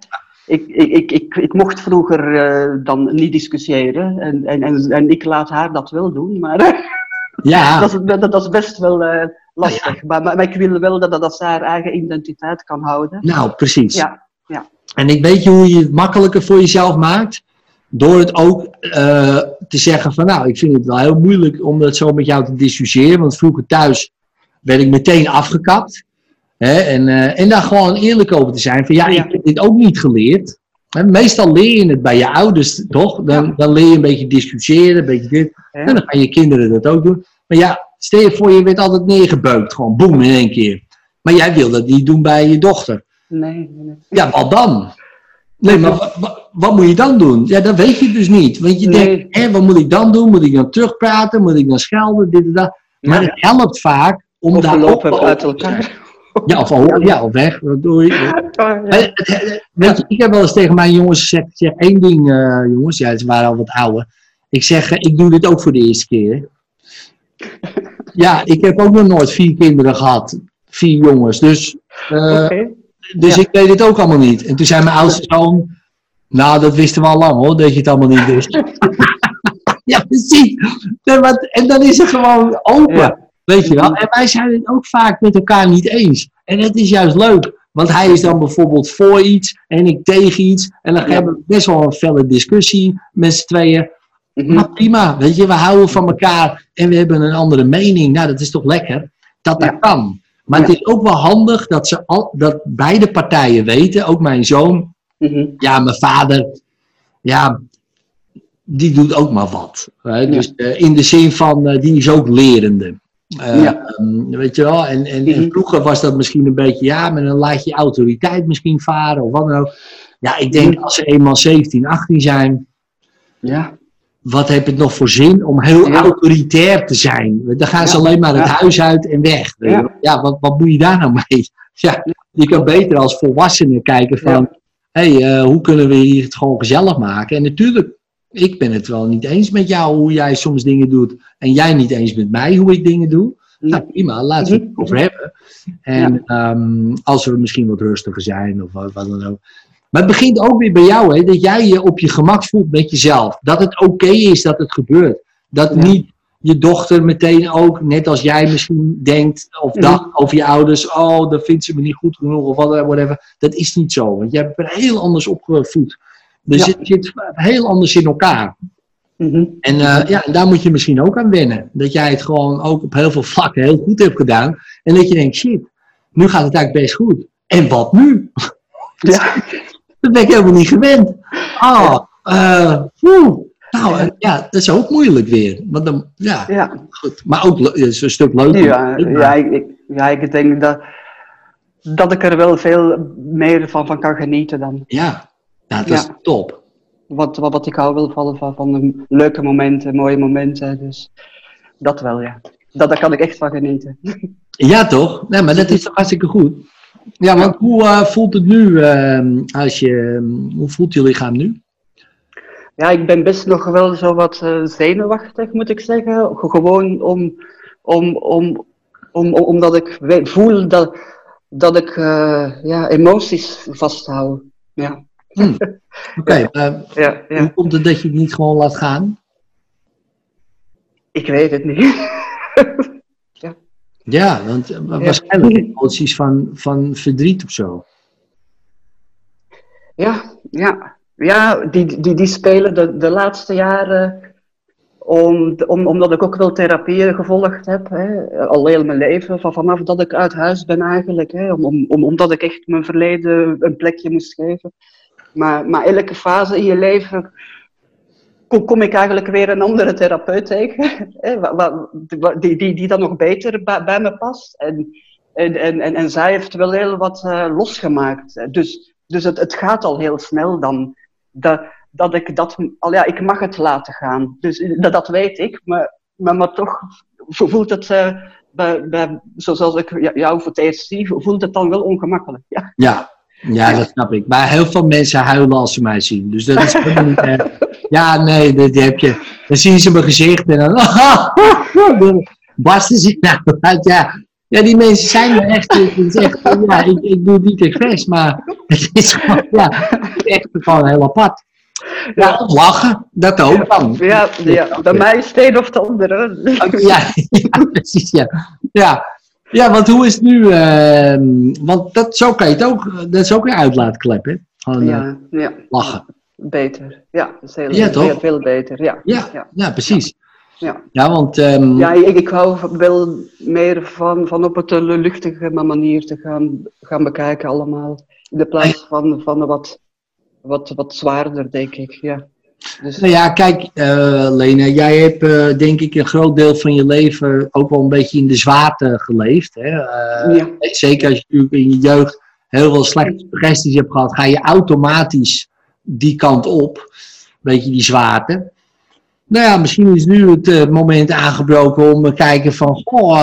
[SPEAKER 3] ik mocht vroeger dan niet discussiëren en ik laat haar dat wel doen, maar dat is best wel lastig. Ja. Maar ik wil wel dat ze haar eigen identiteit kan houden.
[SPEAKER 1] Nou, precies.
[SPEAKER 3] Ja.
[SPEAKER 1] En ik weet hoe je het makkelijker voor jezelf maakt. Door het ook te zeggen van ik vind het wel heel moeilijk om dat zo met jou te discussiëren. Want vroeger thuis werd ik meteen afgekapt. Hè, en daar gewoon eerlijk over te zijn. Van ik heb dit ook niet geleerd. Hè, meestal leer je het bij je ouders, toch? Dan leer je een beetje discussiëren, een beetje dit. Ja. En dan gaan je kinderen dat ook doen. Maar stel je voor, je werd altijd neergebeukt. Gewoon boem in één keer. Maar jij wil dat niet doen bij je dochter.
[SPEAKER 3] Nee.
[SPEAKER 1] Ja, wat dan? Nee, maar wat moet je dan doen? Ja, dat weet je dus niet. Want je denkt, wat moet ik dan doen? Moet ik dan terugpraten? Moet ik dan schelden? Dit en dat. Maar het helpt vaak om daar
[SPEAKER 3] lopen uit elkaar.
[SPEAKER 1] Ja, of weg. Wat doe je? Weet je, ik heb wel eens tegen mijn jongens gezegd, ik zeg één ding, jongens. Ja, ze waren al wat ouder. Ik zeg, ik doe dit ook voor de eerste keer. Ja, ik heb ook nog nooit 4 kinderen gehad. 4 jongens. Dus ik weet het ook allemaal niet. En toen zei mijn oudste zoon, nou, dat wisten we al lang hoor, dat je het allemaal niet wist. Ja, precies. En dan is het gewoon open. Ja. Weet je wel? En wij zijn het ook vaak met elkaar niet eens. En het is juist leuk. Want hij is dan bijvoorbeeld voor iets en ik tegen iets. En dan hebben we best wel een felle discussie met z'n tweeën. Maar prima, weet je, we houden van elkaar en we hebben een andere mening. Nou, dat is toch lekker dat kan. Maar het is ook wel handig dat beide partijen weten, ook mijn zoon. Ja, mijn vader, ja, die doet ook maar wat. Dus in de zin van, die is ook lerende. Weet je wel, en vroeger was dat misschien een beetje, maar dan laat je autoriteit misschien varen of wat dan ook. Ja, ik denk als ze eenmaal 17, 18 zijn, wat heeft het nog voor zin om heel autoritair te zijn? Dan gaan ze alleen maar het huis uit en weg. Ja, wat moet je daar nou mee? Ja, je kan beter als volwassene kijken van, hoe kunnen we hier het gewoon gezellig maken? En natuurlijk, ik ben het wel niet eens met jou hoe jij soms dingen doet. En jij niet eens met mij hoe ik dingen doe. Nou prima, laten we het over hebben. En als we misschien wat rustiger zijn of wat dan ook. Maar het begint ook weer bij jou, hè, dat jij je op je gemak voelt met jezelf. Dat het oké is dat het gebeurt. Dat niet je dochter meteen ook, net als jij misschien denkt of dacht over je ouders. Oh, dat vindt ze me niet goed genoeg of whatever. Dat is niet zo, want jij bent heel anders opgevoed. Dus het zit heel anders in elkaar. En daar moet je misschien ook aan wennen. Dat jij het gewoon ook op heel veel vlakken heel goed hebt gedaan. En dat je denkt, shit, nu gaat het eigenlijk best goed. En wat nu? Dat ben ik helemaal niet gewend. Dat is ook moeilijk weer. Want dan, goed. Maar ook is een stuk leuker.
[SPEAKER 3] Ik denk dat ik er wel veel meer van kan genieten dan.
[SPEAKER 1] Ja, dat is top.
[SPEAKER 3] Wat ik hou wel van de leuke momenten, mooie momenten. Dus dat wel, ja. Daar kan ik echt van genieten.
[SPEAKER 1] Ja, toch? Nee, maar dat is toch hartstikke goed. Ja, want hoe voelt het nu? Hoe voelt je lichaam nu?
[SPEAKER 3] Ja, ik ben best nog wel zo wat zenuwachtig, moet ik zeggen. Gewoon omdat ik voel dat ik emoties vasthoud. Ja.
[SPEAKER 1] Oké, hoe komt het dat je het niet gewoon laat gaan?
[SPEAKER 3] Ik weet het niet.
[SPEAKER 1] Ja, want waarschijnlijk emoties van verdriet of zo.
[SPEAKER 3] Ja, die spelen de laatste jaren, omdat ik ook wel therapie gevolgd heb, al heel mijn leven, vanaf dat ik uit huis ben eigenlijk, omdat ik echt mijn verleden een plekje moest geven. Maar elke fase in je leven kom ik eigenlijk weer een andere therapeut tegen, die dan nog beter bij me past. En zij heeft wel heel wat losgemaakt. Dus het gaat al heel snel dan. Ik mag het laten gaan. Dus dat weet ik, maar toch voelt het, zoals ik jou voor het eerst zie, voelt het dan wel ongemakkelijk.
[SPEAKER 1] Ja, dat snap ik. Maar heel veel mensen huilen als ze mij zien. Dus dat is helemaal niet erg. Ja, nee, dat heb je. Dan zien ze mijn gezicht en dan barsten ze nou uit. Ja, die mensen zijn er echt. Ik doe het niet expres, maar het is gewoon, echt gewoon heel apart. Ja, lachen, dat ook dan.
[SPEAKER 3] Ja, bij mij is het een of het andere.
[SPEAKER 1] Ja, precies, Ja, want hoe is het nu? Want zo kan je het ook, dat is ook een uitlaatklep, hè? Gewoon, lachen.
[SPEAKER 3] Beter, ja, dat is heel veel beter.
[SPEAKER 1] Ja, precies. Ja, want...
[SPEAKER 3] ik hou wel meer van op het luchtige manier te gaan bekijken allemaal. In de plaats van wat zwaarder, denk ik, ja. Dus...
[SPEAKER 1] Nou ja, kijk, Lena, jij hebt denk ik een groot deel van je leven ook wel een beetje in de zwaarte geleefd. Hè? Zeker als je natuurlijk in je jeugd heel veel slechte suggesties hebt gehad, ga je automatisch die kant op. Een beetje die zwaarte. Nou ja, misschien is nu het moment aangebroken om te kijken van...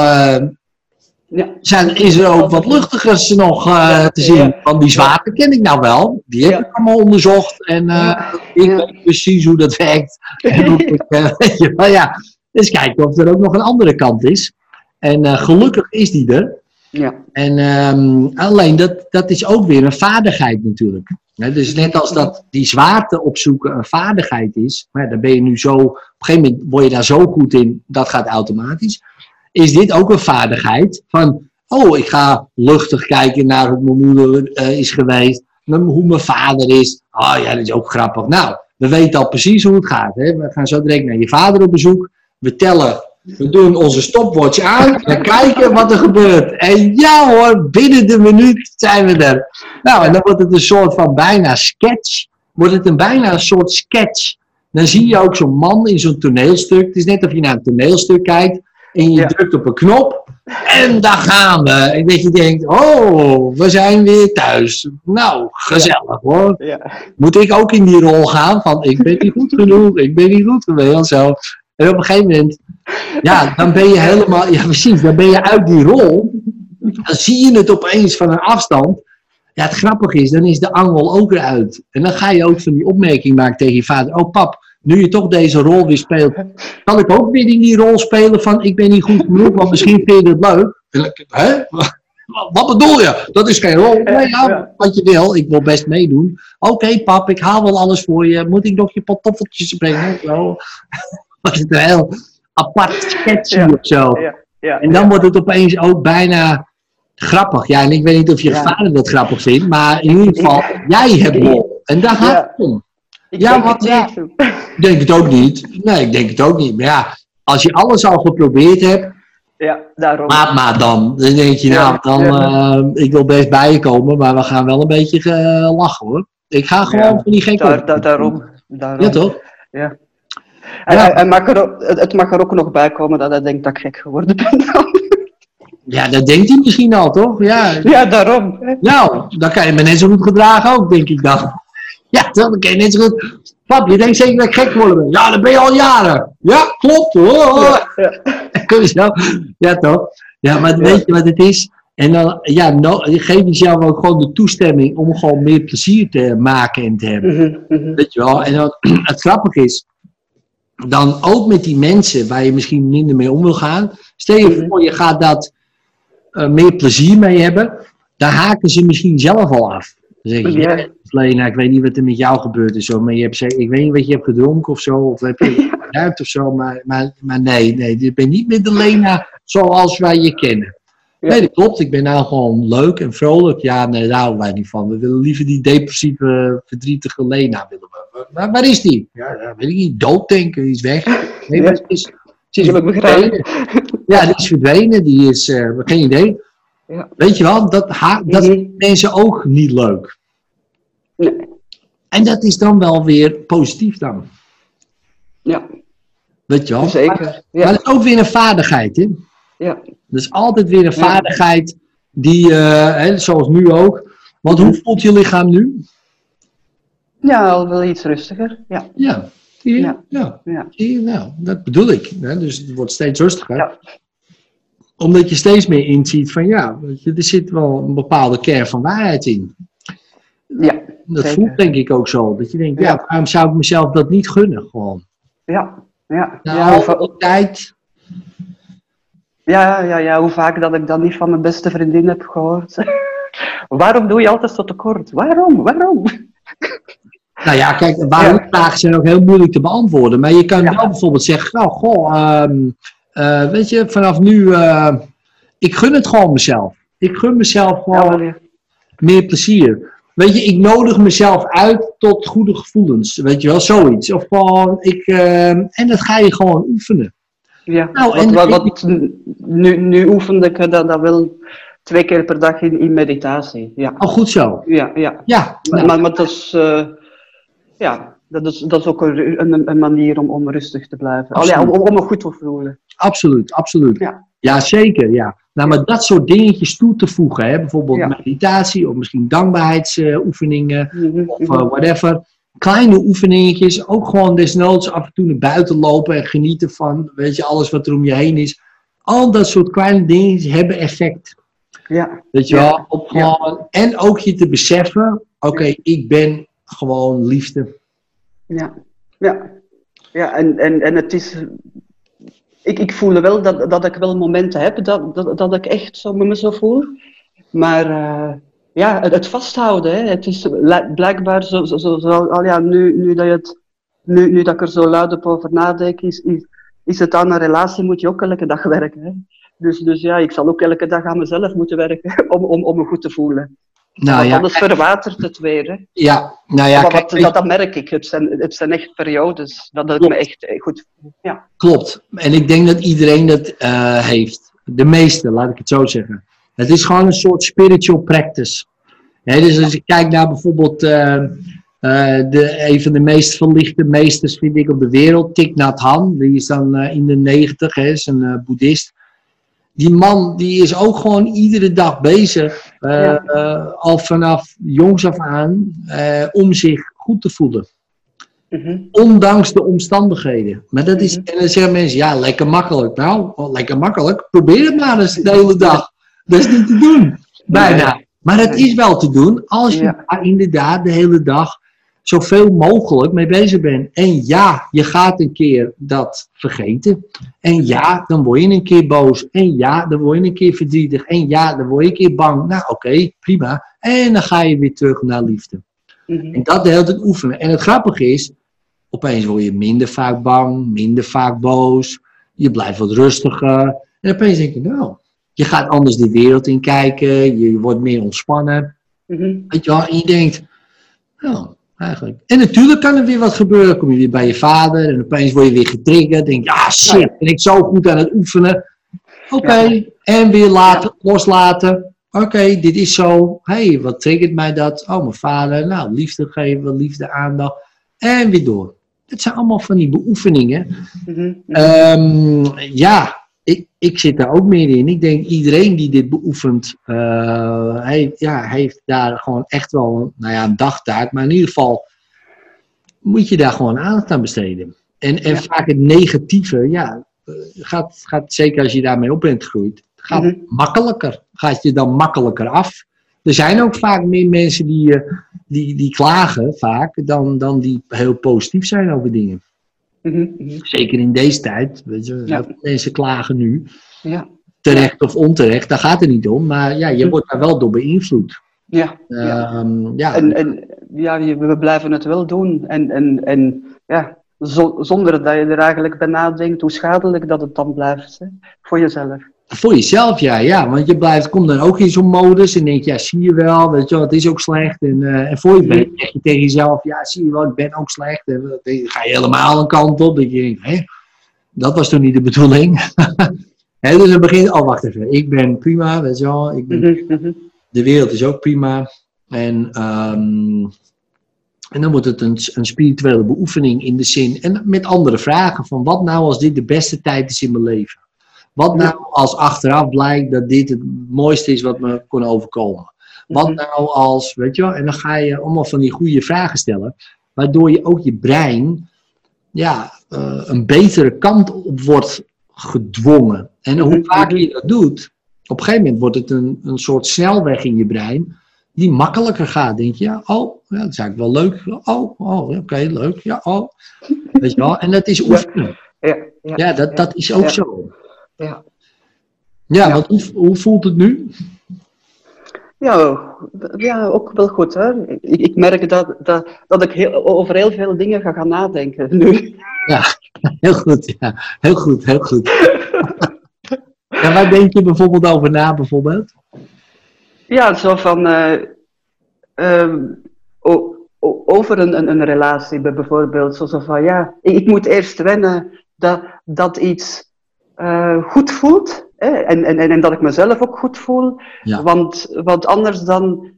[SPEAKER 1] is er ook wat luchtigers nog te zien?
[SPEAKER 3] Ja.
[SPEAKER 1] Want die zwaarte ken ik nou wel. Die heb ik allemaal onderzocht. En ik weet precies hoe dat werkt. En hoe ik, dus kijken of er ook nog een andere kant is. En gelukkig is die er.
[SPEAKER 3] Ja.
[SPEAKER 1] En alleen dat is ook weer een vaardigheid natuurlijk. Dus net als dat die zwaarte opzoeken een vaardigheid is. Maar dan ben je nu zo... Op een gegeven moment word je daar zo goed in. Dat gaat automatisch. Is dit ook een vaardigheid van... ik ga luchtig kijken naar hoe mijn moeder is geweest. Hoe mijn vader is. Ja, dat is ook grappig. Nou, we weten al precies hoe het gaat. Hè? We gaan zo direct naar je vader op bezoek. We tellen... We doen onze stopwatch aan en kijken wat er gebeurt. En ja hoor, binnen de minuut zijn we er. Nou, en dan wordt het een soort van bijna sketch. Wordt het bijna een soort sketch. Dan zie je ook zo'n man in zo'n toneelstuk. Het is net of je naar een toneelstuk kijkt. En je drukt op een knop. En daar gaan we. En dat je denkt, we zijn weer thuis. Nou, gezellig hoor. Ja. Moet ik ook in die rol gaan? Van, ik ben niet goed genoeg. Ik ben niet goed genoeg. Zo. En op een gegeven moment, dan ben je helemaal, precies, dan ben je uit die rol. Dan zie je het opeens van een afstand. Ja, het grappige is, dan is de angel ook eruit. En dan ga je ook van die opmerking maken tegen je vader. Oh pap, nu je toch deze rol weer speelt, kan ik ook weer in die rol spelen van ik ben niet goed genoeg, want misschien vind je het leuk. Hè? Wat bedoel je? Dat is geen rol. Nee, wat je wil, ik wil best meedoen. Oké, pap, ik haal wel alles voor je. Moet ik nog je pantoffeltjes brengen? Zo. Dat is een heel apart sketchje of zo. En dan wordt het opeens ook bijna grappig. Ja, en ik weet niet of je vader dat grappig vindt, maar in ieder geval, jij hebt lol. En daar gaat het om. Ik denk het ook niet. Nee, ik denk het ook niet. Maar ja, als je alles al geprobeerd hebt,
[SPEAKER 3] daarom.
[SPEAKER 1] Laat maar dan. Dan denk je, ik wil best bij je komen, maar we gaan wel een beetje lachen hoor. Ik ga gewoon van die gekke
[SPEAKER 3] daarom.
[SPEAKER 1] Ja, toch?
[SPEAKER 3] Ja. En het mag er ook nog bij komen dat hij denkt dat ik gek geworden ben.
[SPEAKER 1] Ja, dat denkt hij misschien al, toch?
[SPEAKER 3] Ja, daarom.
[SPEAKER 1] Nou, dan kan je me net zo goed gedragen ook, denk ik dan. Ja, toch? Dan kan je net zo goed... Pap, je denkt zeker dat ik gek geworden ben. Ja, dat ben je al jaren. Ja, klopt hoor. Ja, toch? Ja, maar weet je wat het is? En dan, geef jezelf ook gewoon de toestemming om gewoon meer plezier te maken en te hebben. Weet je wel? En dan, het grappige is, dan ook met die mensen waar je misschien minder mee om wil gaan. Stel je voor, je gaat dat meer plezier mee hebben. Dan haken ze misschien zelf al af. Dan zeg je, Lena, ik weet niet wat er met jou gebeurd is. Zo, maar ik weet niet wat je hebt gedronken of zo. Of heb je gebruikt of zo. Maar nee, ik ben niet met de Lena zoals wij je kennen. Nee, dat klopt. Ik ben nou gewoon leuk en vrolijk. Ja, nee, daar houden wij niet van. We willen liever die depressieve, verdrietige Lena. Waar is die? Ja, weet ik niet. Dooddenken, die is weg. Nee, maar het is verdwenen. Ja, die is verdwenen. Die is, geen idee. Ja. Weet je wel, dat vinden mensen ook niet leuk. Nee. En dat is dan wel weer positief dan.
[SPEAKER 3] Ja.
[SPEAKER 1] Weet je wel?
[SPEAKER 3] Zeker. Ja.
[SPEAKER 1] Maar dat is ook weer een vaardigheid, hè?
[SPEAKER 3] Ja.
[SPEAKER 1] Dat is altijd weer een vaardigheid die, zoals nu ook. Want hoe voelt je lichaam nu?
[SPEAKER 3] Ja, al wel iets rustiger. Ja.
[SPEAKER 1] Nou, dat bedoel ik. Hè? Dus het wordt steeds rustiger. Ja. Omdat je steeds meer inziet van er zit wel een bepaalde kern van waarheid in.
[SPEAKER 3] Ja.
[SPEAKER 1] Dat voelt denk ik ook zo. Dat je denkt, waarom zou ik mezelf dat niet gunnen gewoon?
[SPEAKER 3] Ja.
[SPEAKER 1] Al tijd.
[SPEAKER 3] Ja, hoe vaak dat ik dat niet van mijn beste vriendin heb gehoord. Waarom doe je altijd zo tekort? Waarom?
[SPEAKER 1] Nou ja, kijk, waarom-vragen zijn ook heel moeilijk te beantwoorden. Maar je kan wel bijvoorbeeld zeggen, weet je, vanaf nu, ik gun het gewoon mezelf. Ik gun mezelf gewoon meer plezier. Weet je, ik nodig mezelf uit tot goede gevoelens. Weet je wel, zoiets. Of gewoon, en dat ga je gewoon oefenen.
[SPEAKER 3] Ja, nu oefende ik dat wel 2 keer per dag in meditatie. Ja.
[SPEAKER 1] Oh, goed zo.
[SPEAKER 3] Ja. Maar dat is... dat is ook een manier om rustig te blijven. Om me goed te voelen.
[SPEAKER 1] Absoluut. Ja, zeker. Ja. Nou, maar dat soort dingetjes toe te voegen, hè? Bijvoorbeeld meditatie of misschien dankbaarheidsoefeningen of whatever. kleine oefeningetjes, ook gewoon desnoods af en toe naar buiten lopen en genieten van, weet je, alles wat er om je heen is. Al dat soort kleine dingen hebben effect.
[SPEAKER 3] Ja.
[SPEAKER 1] Weet je wel, op gewoon, en ook je te beseffen, oké, ik ben gewoon liefde.
[SPEAKER 3] Ja, en het is... Ik voel wel dat ik wel momenten heb dat ik echt zo met me zo voel. Maar het vasthouden, hè, het is blijkbaar nu dat ik er zo luid op over nadenk, is het aan een relatie moet je ook elke dag werken. Hè. Dus ja, ik zal ook elke dag aan mezelf moeten werken om me goed te voelen. Want anders verwatert het weer. Hè.
[SPEAKER 1] Ja, nou ja,
[SPEAKER 3] maar dat merk ik. Het zijn echt periodes dat ik me echt goed voel. Ja.
[SPEAKER 1] Klopt. En ik denk dat iedereen dat heeft. De meeste, laat ik het zo zeggen. Het is gewoon een soort spiritual practice. Dus als ik kijk naar bijvoorbeeld een van de meest verlichte meesters, vind ik, op de wereld, Thich Nhat Hanh. Die is dan in de 90, is een boeddhist. Die man die is ook gewoon iedere dag bezig, al vanaf jongs af aan, om zich goed te voelen. Mm-hmm. Ondanks de omstandigheden. Maar dat is, en dan zeggen mensen, ja, lekker makkelijk. Nou, lekker makkelijk. Probeer het maar eens de hele dag. Dat is niet te doen. Bijna. Nee. Maar het is wel te doen als je daar inderdaad de hele dag zoveel mogelijk mee bezig bent. En ja, je gaat een keer dat vergeten. En ja, dan word je een keer boos. En ja, dan word je een keer verdrietig. En ja, dan word je een keer bang. Nou, oké, prima. En dan ga je weer terug naar liefde. Mm-hmm. En dat de hele tijd oefenen. En het grappige is, opeens word je minder vaak bang, minder vaak boos. Je blijft wat rustiger. En opeens denk je, nou, je gaat anders de wereld in kijken. Je wordt meer ontspannen. Mm-hmm. Weet je wel, en je denkt, nou, eigenlijk. En natuurlijk kan er weer wat gebeuren. Kom je weer bij je vader en opeens word je weer getriggerd. Denk je, ja, shit, ben ik zo goed aan het oefenen. Oké, en weer loslaten. Oké, dit is zo. Hé, wat triggert mij dat? Oh, mijn vader. Nou, liefde geven, liefde, aandacht. En weer door. Dat zijn allemaal van die beoefeningen. Mm-hmm. Ik zit daar ook meer in. Ik denk iedereen die dit beoefent, heeft daar gewoon echt wel een dagtaak. Maar in ieder geval moet je daar gewoon aandacht aan besteden. En vaak het negatieve, gaat zeker als je daarmee op bent gegroeid, gaat makkelijker. Gaat je dan makkelijker af. Er zijn ook vaak meer mensen die klagen vaak dan die heel positief zijn over dingen. Mm-hmm. Zeker in deze tijd. Weet je, mensen klagen nu. Ja. Terecht of onterecht, daar gaat het niet om. Maar je wordt daar wel door beïnvloed.
[SPEAKER 3] We blijven het wel doen. Zonder dat je er eigenlijk bij nadenkt hoe schadelijk dat het dan blijft. Hè, voor jezelf.
[SPEAKER 1] Voor jezelf, ja. Want je komt dan ook in zo'n modus en denk je, zie je wel, weet je wel, het is ook slecht. En voor je bent, zeg je tegen jezelf, ja, zie je wel, ik ben ook slecht. En dan ga je helemaal een kant op. Dat je denkt, dat was toch niet de bedoeling? Dus dan begint, wacht even, ik ben prima, weet je wel. De wereld is ook prima. En dan wordt het een spirituele beoefening in de zin, en met andere vragen van, wat nou als dit de beste tijd is in mijn leven? Wat nou als achteraf blijkt dat dit het mooiste is wat me kon overkomen? Wat nou als, weet je wel, en dan ga je allemaal van die goede vragen stellen, waardoor je ook je brein een betere kant op wordt gedwongen. En hoe vaker je dat doet, op een gegeven moment wordt het een soort snelweg in je brein, die makkelijker gaat. Denk je, dat is eigenlijk wel leuk. Oké, leuk. Weet je wel, en dat is oefenen. Dat is ook zo. Want hoe voelt het nu?
[SPEAKER 3] Ja, ook wel goed. Hè? Ik merk dat ik over heel veel dingen ga gaan nadenken nu.
[SPEAKER 1] Ja, heel goed. Ja. Heel goed. En waar denk je bijvoorbeeld over na, bijvoorbeeld?
[SPEAKER 3] Ja, zo van... over een relatie bijvoorbeeld. Zo van, ik moet eerst wennen dat iets goed voelt. En dat ik mezelf ook goed voel. Ja. Want anders dan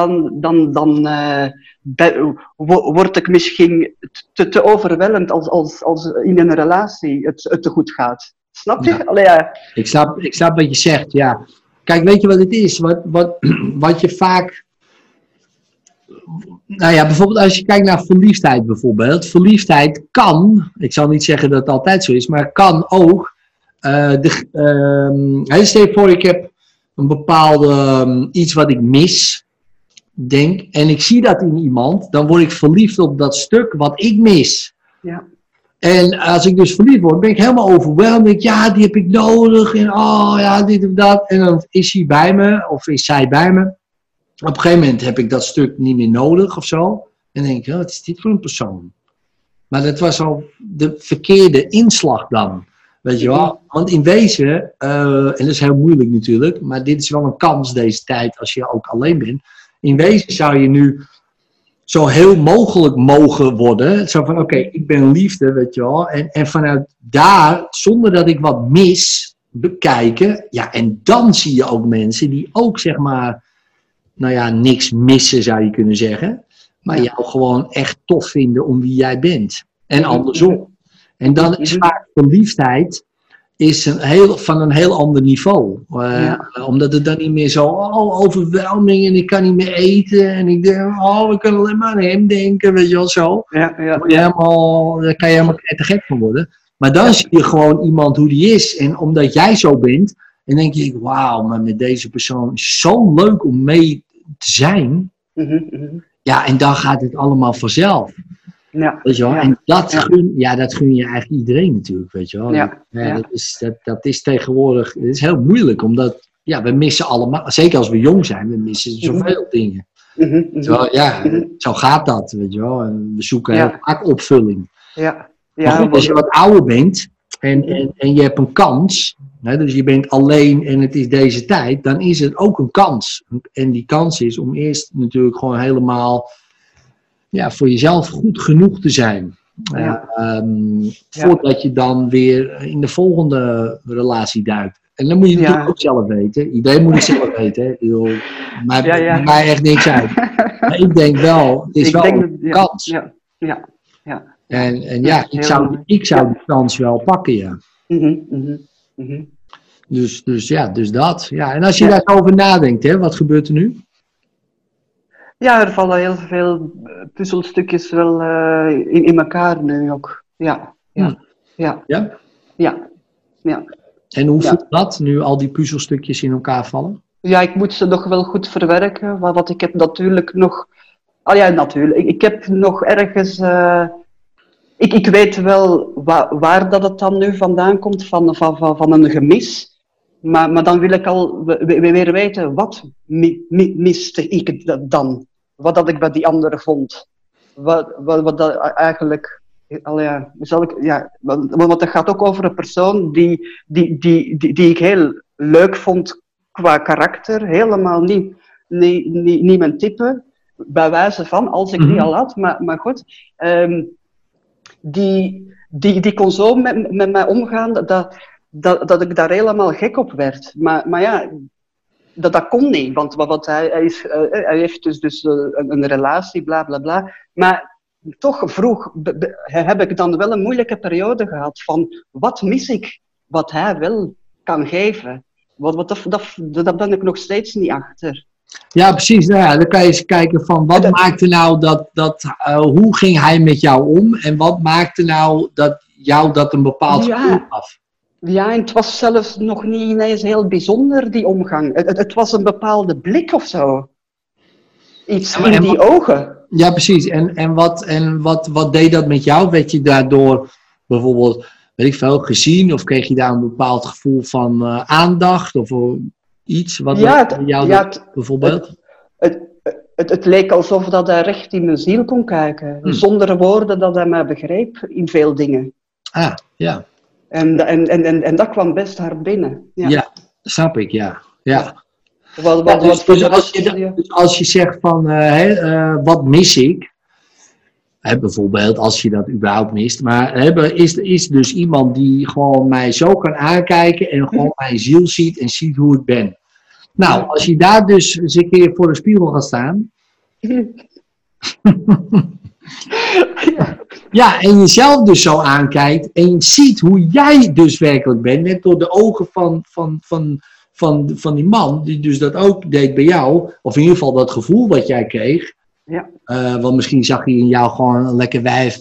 [SPEAKER 3] word ik misschien te overweldigd als in een relatie het te goed gaat. Snap je?
[SPEAKER 1] Ja. Ik snap wat je zegt, ja. Kijk, weet je wat het is? Wat je vaak nou ja, bijvoorbeeld als je kijkt naar verliefdheid bijvoorbeeld. Verliefdheid kan, ik zal niet zeggen dat het altijd zo is, maar kan ook. Stel je voor, ik heb een bepaalde iets wat ik mis, denk, en ik zie dat in iemand, dan word ik verliefd op dat stuk wat ik mis.
[SPEAKER 3] Ja.
[SPEAKER 1] En als ik dus verliefd word, ben ik helemaal overweldigd. Denk ik, ja, die heb ik nodig. En oh ja, dit of dat. En dan is hij bij me, of is zij bij me. Op een gegeven moment heb ik dat stuk niet meer nodig of zo. En dan denk ik, wat is dit voor een persoon? Maar dat was al de verkeerde inslag dan. Weet je wel? Want in wezen, en dat is heel moeilijk natuurlijk, maar dit is wel een kans deze tijd als je ook alleen bent. In wezen zou je nu zo heel mogelijk mogen worden. Zo van, oké, ik ben liefde, weet je wel. En vanuit daar, zonder dat ik wat mis, bekijken. Ja, en dan zie je ook mensen die ook, zeg maar, nou ja, niks missen zou je kunnen zeggen. Maar jou gewoon echt tof vinden om wie jij bent. En andersom. En dan is vaak verliefdheid van een heel ander niveau. Omdat het dan niet meer zo, overweldiging en ik kan niet meer eten. En ik denk, we kunnen alleen maar aan hem denken, weet je wel zo.
[SPEAKER 3] Ja.
[SPEAKER 1] Daar kan je helemaal te gek van worden. Maar dan zie je gewoon iemand hoe die is. En omdat jij zo bent, dan denk je, wauw, maar met deze persoon is zo leuk om mee te zijn. Ja, en dan gaat het allemaal vanzelf. Ja. Weet je wel? En dat gun je eigenlijk iedereen natuurlijk, weet je wel. Dat is tegenwoordig, het is heel moeilijk, omdat we missen allemaal, zeker als we jong zijn, we missen zoveel dingen. Zo gaat dat, weet je wel. En we zoeken heel vaak opvulling. Maar goed, als je wat ouder bent en je hebt een kans, dus je bent alleen en het is deze tijd, dan is het ook een kans. En die kans is om eerst natuurlijk gewoon helemaal voor jezelf goed genoeg te zijn. Voordat je dan weer in de volgende relatie duikt. En dan moet je het natuurlijk ook zelf weten. Iedereen moet het zelf weten. Hè. Ik bedoel, maakt mij echt niks uit. Maar ik denk wel, het is wel een kans. En ik zou die kans wel pakken, ja. Dus dat. Ja. En als je daarover nadenkt, hè, wat gebeurt er nu?
[SPEAKER 3] Ja, er vallen heel veel puzzelstukjes wel in elkaar nu ook. Ja.
[SPEAKER 1] En hoe voelt dat, nu al die puzzelstukjes in elkaar vallen?
[SPEAKER 3] Ja, ik moet ze nog wel goed verwerken. Want ik heb natuurlijk nog... Ik heb nog ergens... Ik weet wel waar dat het dan nu vandaan komt, van een gemis. Maar dan wil ik al weer weten, wat miste ik dan? Wat dat ik bij die andere vond. Wat dat eigenlijk... Want het gaat ook over een persoon die ik heel leuk vond qua karakter. Helemaal niet mijn type. Bij wijze van, als ik die al had. Maar goed. Die kon zo met mij omgaan dat ik daar helemaal gek op werd. Maar ja, dat kon niet. Want hij heeft dus een relatie, bla bla bla. Maar toch vroeg heb ik dan wel een moeilijke periode gehad van wat mis ik wat hij wel kan geven. Dat ben ik nog steeds niet achter.
[SPEAKER 1] Ja, precies. Nou ja, dan kan je eens kijken van wat maakte nou hoe ging hij met jou om en wat maakte nou dat jou dat een bepaald gevoel gaf?
[SPEAKER 3] Ja, en het was zelfs nog niet ineens heel bijzonder, die omgang. Het was een bepaalde blik of zo. Iets in die ogen.
[SPEAKER 1] Ja, precies. En wat deed dat met jou? Werd je daardoor bijvoorbeeld, weet ik veel, gezien? Of kreeg je daar een bepaald gevoel van aandacht? Of iets wat bijvoorbeeld?
[SPEAKER 3] Het leek alsof dat hij recht in mijn ziel kon kijken. Zonder woorden dat hij mij begreep in veel dingen.
[SPEAKER 1] Ah, ja.
[SPEAKER 3] En dat kwam best hard binnen.
[SPEAKER 1] Ja, snap ik, ja. Dus als je zegt van, wat mis ik? Bijvoorbeeld, als je dat überhaupt mist. Maar is dus iemand die gewoon mij zo kan aankijken en gewoon mijn ziel ziet en ziet hoe ik ben. Nou, als je daar dus eens een keer voor de spiegel gaat staan. Ja, en jezelf dus zo aankijkt en je ziet hoe jij dus werkelijk bent. Net door de ogen van die man, die dus dat ook deed bij jou. Of in ieder geval dat gevoel wat jij kreeg.
[SPEAKER 3] Ja.
[SPEAKER 1] Want misschien zag hij in jou gewoon een lekker wijf.